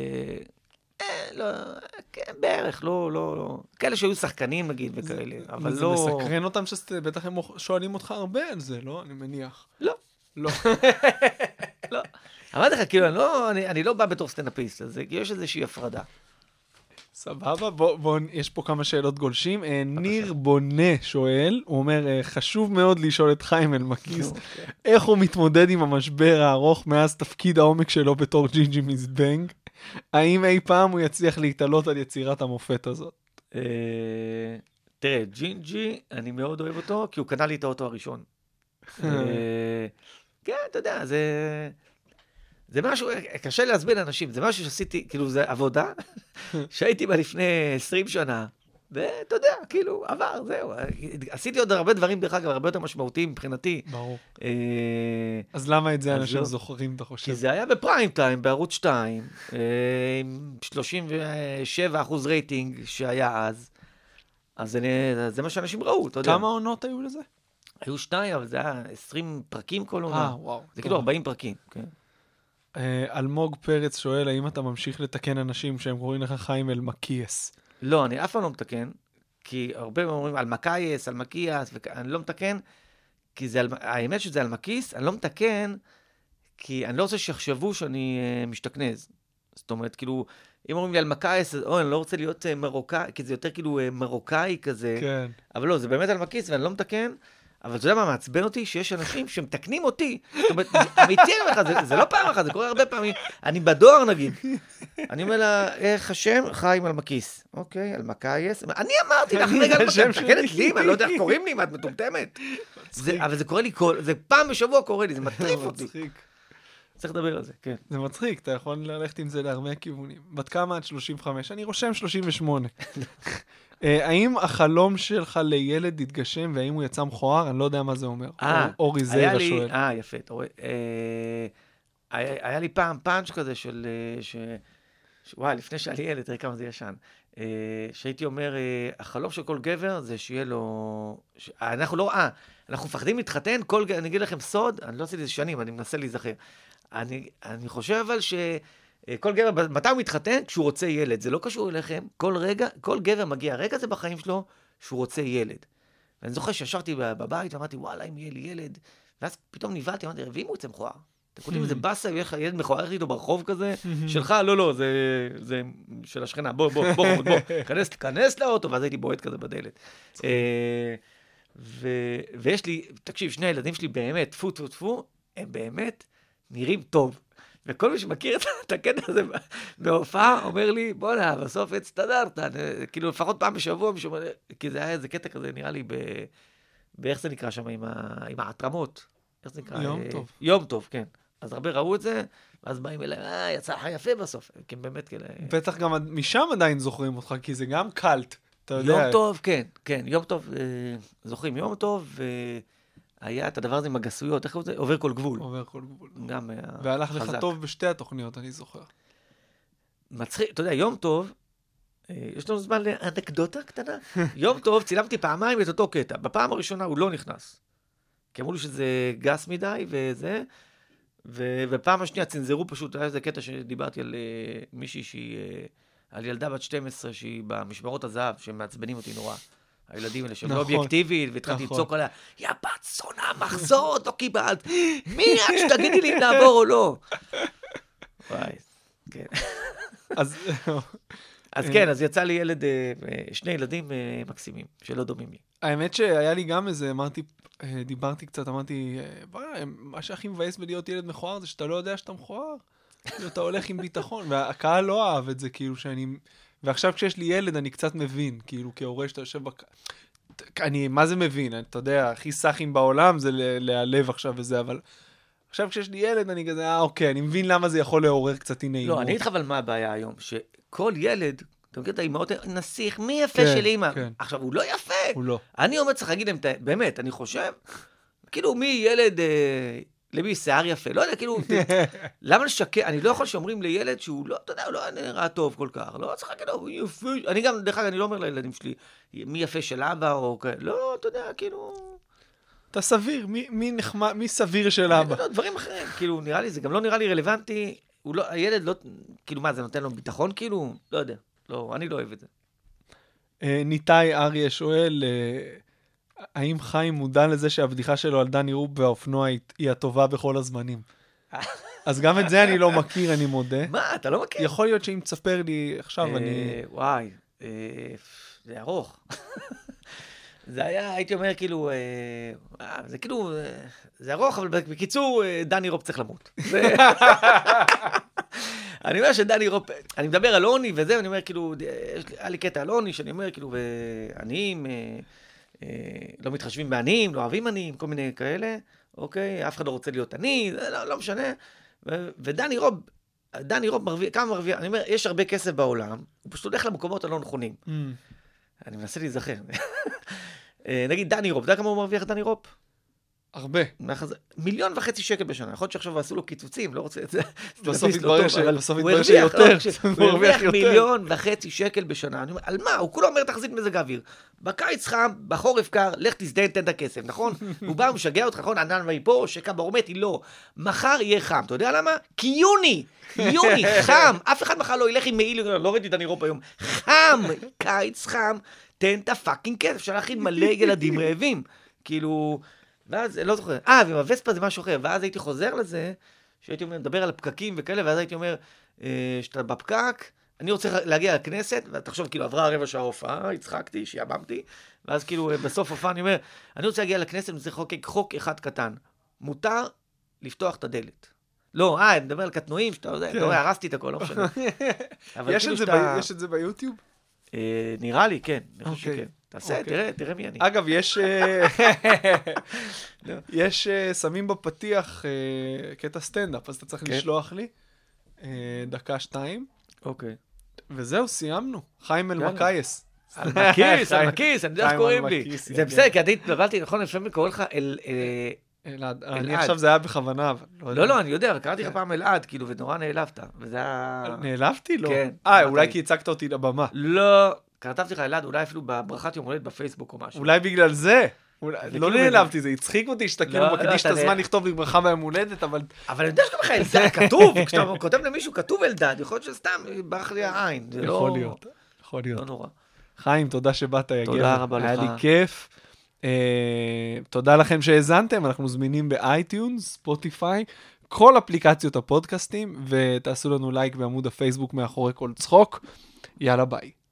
לא, כן, בערך, לא, לא, לא. כאלה שהיו שחקנים, נגיד, וכאלה, אבל זה לא... זה מסקרן אותם שבטח הם שואלים אותך הרבה על זה, לא? אני מניח. לא. לא. לא. אמרתי לך, כאילו, אני לא, אני, אני לא בא בתור סטנדאפיסט, אז יש איזושהי הפרדה. סבבה, בוא, בוא, יש פה כמה שאלות גולשים. ניר בונה שואל, הוא אומר, חשוב מאוד לשאול את חיים אלמקיס, איך הוא מתמודד עם המשבר הארוך מאז תפקיד העומק שלו בתור ג'ינג'י מזבנג? האם אי פעם הוא יצליח להתעלות על יצירת המופת הזאת? תראה, ג'ינג'י, אני מאוד אוהב אותו, כי הוא קנה לי את האוטו הראשון. כן, אתה יודע, זה... זה משהו, קשה להסביר לאנשים, זה משהו שעשיתי, כאילו, זה עבודה, שהייתי בה לפני עשרים שנה, ואתה יודע, כאילו, עבר, זהו. עשיתי עוד הרבה דברים, דרך אגב, הרבה יותר משמעותיים מבחינתי. ברור. אז למה את זה אנשים זוכרים, אתה חושב? כי זה היה בפריים טיים, בערוץ שתיים, עם שלושים ושבעה אחוז רייטינג שהיה אז, אז זה מה שאנשים ראו, אתה יודע. כמה עונות היו לזה? היו שתיים, אבל זה היה עשרים פרקים כל עונה. אה, וואו. זה כאילו ארבעים פרקים, כן. אלמוג פרץ שואל, האם אתה ממשיך לתקן אנשים שהם קוראים לך חיים אלמקיאס? לא, אני אף פעם לא מתקן, כי הרבה אומרים אלמקיאס, אלמקיאס, ואני לא מתקן, כי זה, האמת שזה אלמקיס, אני לא מתקן, כי אני לא רוצה שיחשבו שאני uh, משתכנז. זאת אומרת, כאילו, אם אומרים לי אלמקיאס, או, אני לא רוצה להיות uh, מרוקאי, כי זה יותר כאילו uh, מרוקאי כזה, כן. אבל לא, זה באמת אלמקיס, ואני לא מתקן, אבל אתה יודע מה מעצבן אותי? שיש אנשים שמתקנים אותי. זאת אומרת, אמיתי לך, זה, זה לא פעם אחת, זה קורה הרבה פעמים. אני בדואר נגיד. אני אומר לה, איך השם? חיים אלמקיס. אוקיי, אלמקיאס. אני אמרתי לך, רגע, מתקנת לי, אני לא יודע איך קוראים לי, אם את מטומטמת. אבל זה קורה לי, זה פעם בשבוע קורה לי, זה מטריף אותי. צריך לדבר על זה, כן. זה מצחיק, אתה יכול ללכת עם זה להרבה כיוונים. בת כמה עד שלושים וחמש? אני רושם שלושים ושמונה. האם החלום שלך לילד התגשם, והאם הוא יצא מכוער? אני לא יודע מה זה אומר. אורי זיירה שואל. אה, יפה. היה לי פעם פאנץ' כזה של... וואי, לפני שהיה לי ילד, תראה כמה זה ישן. שהייתי אומר, החלום של כל גבר זה שיהיה לו... אנחנו לא... אה, אנחנו מפחדים להתחתן, אני אגיד לכם סוד, אני לא עשיתי את זה שנים, אני מנסה להיזכר. אני חושב אבל ש... כל גבר, מתי הוא מתחתן? כשהוא רוצה ילד. זה לא קשור אליכם. כל רגע, כל גבר מגיע רגע זה בחיים שלו שהוא רוצה ילד. ואני זוכר שישבתי בבית ואמרתי, וואלה, אם יהיה לי ילד. ואז פתאום ניבלתי, אמרתי, ואם הוא יצא מכוער? אתם קוראים איזה באסה, ויש לך ילד מכוער איתו ברחוב כזה, שלך, לא, לא, זה של השכנה, בוא, בוא, בוא, בוא, כנס לאוטו, ואז הייתי בועט כזה בדלת. ויש לי, תקשיב, שני הילדים שלי באמת, טפו, טפו, טפו, הם באמת נראים טוב. וכל מי שמכיר את הקטע הזה בהופעה, אומר לי, בוא נה, בסוף הצטדרת, כאילו לפחות פעם בשבוע, כי זה היה איזה קטע כזה, נראה לי, באיך זה נקרא שם, עם העטרמות. איך זה נקרא? יום טוב. יום טוב, כן. אז הרבה ראו את זה, ואז באים אליהם, אה, יצא לך יפה בסוף. כי באמת כאלה... בטח גם משם עדיין זוכרים אותך, כי זה גם קלט, אתה יודע. יום טוב, כן, כן, יום טוב, זוכרים יום טוב, והיה את הדבר הזה עם הגסויות, איך קוראים לזה? עובר כל גבול. עובר כל גבול. גם והלך לך טוב בשתי התוכניות, אני זוכר. מצחיק, אתה יודע, יום טוב, יש לנו זמן לאנקדוטה קטנה. יום טוב, צילמתי פעמיים את אותו קטע. בפעם הראשונה הוא לא נכנס. כי אמרו לי שזה גס מדי וזה, ובפעם השנייה צנזרו פשוט, היה איזה קטע שדיברתי על מישהי שהיא, על ילדה בת שתים עשרה שהיא במשמרות הזהב, שהם מעצבנים אותי נורא. הילדים האלה שהם לא אובייקטיביים, והתחלתי לצעוק עליה, יא בת זונה, מחזור, עוד לא קיבלת, מי את שתגידי לי אם נעבור או לא? וואי, כן. אז... אז כן, אז יצא לי ילד, שני ילדים מקסימים, שלא דומים לי. האמת שהיה לי גם איזה, אמרתי, דיברתי קצת, אמרתי, מה שהכי מבאס בלהיות ילד מכוער זה שאתה לא יודע שאתה מכוער. אתה הולך עם ביטחון, והקהל לא אהב את זה, כאילו שאני... ועכשיו כשיש לי ילד אני קצת מבין, כאילו כהורה שאתה יושב בק... אני, מה זה מבין? אתה יודע, הכי סחים בעולם זה להיעלב עכשיו וזה, אבל... עכשיו כשיש לי ילד אני כזה, אה אוקיי, אני מבין למה זה יכול לעורר קצת אי נעימות. לא, אני אתך אבל מה הבעיה היום, שכל ילד, אתה מכיר את האמהות, נסיך, מי יפה של אמא? עכשיו, הוא לא יפה. הוא לא. אני אומר, צריך להגיד להם, באמת, אני חושב, כאילו מי ילד, למי שיער יפה, לא יודע, כאילו, למה לשקר, אני לא יכול שאומרים לילד שהוא לא, אתה יודע, הוא לא נראה טוב כל כך, לא צריך להגיד, הוא יפה, אני גם, דרך אגב, אני לא אומר לילדים שלי, מי יפה של אבא, או כאלה, לא, אתה יודע, כאילו... אתה סביר, מי, מי נחמד, מי סביר של אבא? לא, דברים אחרים, כאילו, נראה לי, זה גם לא נראה לי רלוונטי, הוא לא, הילד לא, כאילו, מה, זה נותן לו ביטחון, כאילו? לא יודע, לא, אני לא אוהב את זה. ניתאי אריה שואל, האם חיים מודע לזה שהבדיחה שלו על דני רופ והאופנוע היא הטובה בכל הזמנים? אז גם את זה אני לא מכיר, אני מודה. מה, אתה לא מכיר? יכול להיות שאם תספר לי עכשיו, אני... וואי, זה ארוך. זה היה, הייתי אומר, כאילו, זה כאילו, זה ארוך, אבל בקיצור, דני רופ צריך למות. אני אומר שדני רופ, אני מדבר על עוני וזה, ואני אומר, כאילו, היה לי קטע על עוני, שאני אומר, כאילו, ועניים, לא מתחשבים בעניים, לא אוהבים עניים, כל מיני כאלה, אוקיי, אף אחד לא רוצה להיות עני, לא משנה. ודני רופ, דני רופ מרוויח, כמה מרוויח, אני אומר, יש הרבה כסף בעולם, הוא פשוט הולך למקומות הלא נכונים. אני מנסה להיזכר. נגיד דני רופ, אתה יודע כמה הוא מרוויח דני רופ? הרבה. מיליון וחצי שקל בשנה. יכול להיות שעכשיו עשו לו קיצוצים, לא רוצה את זה. בסוף יתברר שיותר. הוא הרוויח מיליון וחצי שקל בשנה. אני אומר, על מה? הוא כולו אומר תחזית מזג האוויר. בקיץ חם, בחורף קר, לך תזדהן, תן את הכסף, נכון? הוא בא ומשגע אותך, נכון? ענן ויפו, שקע ברומטי, לא. מחר יהיה חם. אתה יודע למה? כי יוני, יוני, חם. אף אחד מחר לא ילך עם מעיל, לא ראיתי דני רופ היום. חם, קיץ חם, תן את הפאקינג כסף. אפשר להכין מלא ילדים רעבים. כאילו, ואז, לא זוכר, אה, ועם הווספה זה משהו אחר, ואז הייתי חוזר לזה, שהייתי אומר, מדבר על הפקקים וכאלה, ואז הייתי אומר, אה, שאתה בפקק, אני רוצה להגיע לכנסת, ותחשוב, כאילו, עברה רבע שעה הופעה, הצחקתי, שיאבמתי, ואז כאילו, בסוף הופעה אני אומר, אני רוצה להגיע לכנסת, וזה חוקק חוק אחד קטן, מותר לפתוח את הדלת. לא, אה, אני מדבר על קטנועים, שאתה יודע, אתה רואה, הרסתי את הכל, לא משנה. יש את זה ביוטיוב? נראה לי, כן, אני חושב שכן. תעשה, תראה, תראה מי אני. אגב, יש, יש שמים בפתיח קטע סטנדאפ, אז אתה צריך לשלוח לי דקה שתיים. אוקיי. וזהו, סיימנו. חיים אלמקייס. אלמקיס, אלמקיס, אני יודע איך קוראים לי. זה בסדר, כי עדיין התבלבלתי, נכון, לפעמים קורא לך אל... אלעד. אני עכשיו זה היה בכוונה, אבל... לא, לא, אני יודע, קראתי לך פעם אלעד, כאילו, ונורא נעלבת. וזה היה... נעלבתי? לא. כן. אה, אולי כי הצגת אותי לבמה. לא. כתבתי לך אלעד, אולי אפילו בברכת יום הולדת בפייסבוק או משהו. אולי בגלל זה. לא נעלבתי, זה הצחיק אותי שאתה כאילו מקדיש את הזמן לכתוב לי ברכה ביום הולדת, אבל... אבל אני יודע שגם לך אלדד כתוב, כשאתה כותב למישהו כתוב אלדד, יכול להיות שסתם ברח לי העין. יכול להיות, יכול להיות. לא נורא. חיים, תודה שבאת, יגיע. תודה רבה לך. היה לי כיף. תודה לכם שהאזנתם, אנחנו זמינים באייטיונס, ספוטיפיי, כל אפליקציות הפודקאסטים, ותעשו לנו לייק בעמוד הפייסבוק מאחורי כל צחוק. יאללה ביי.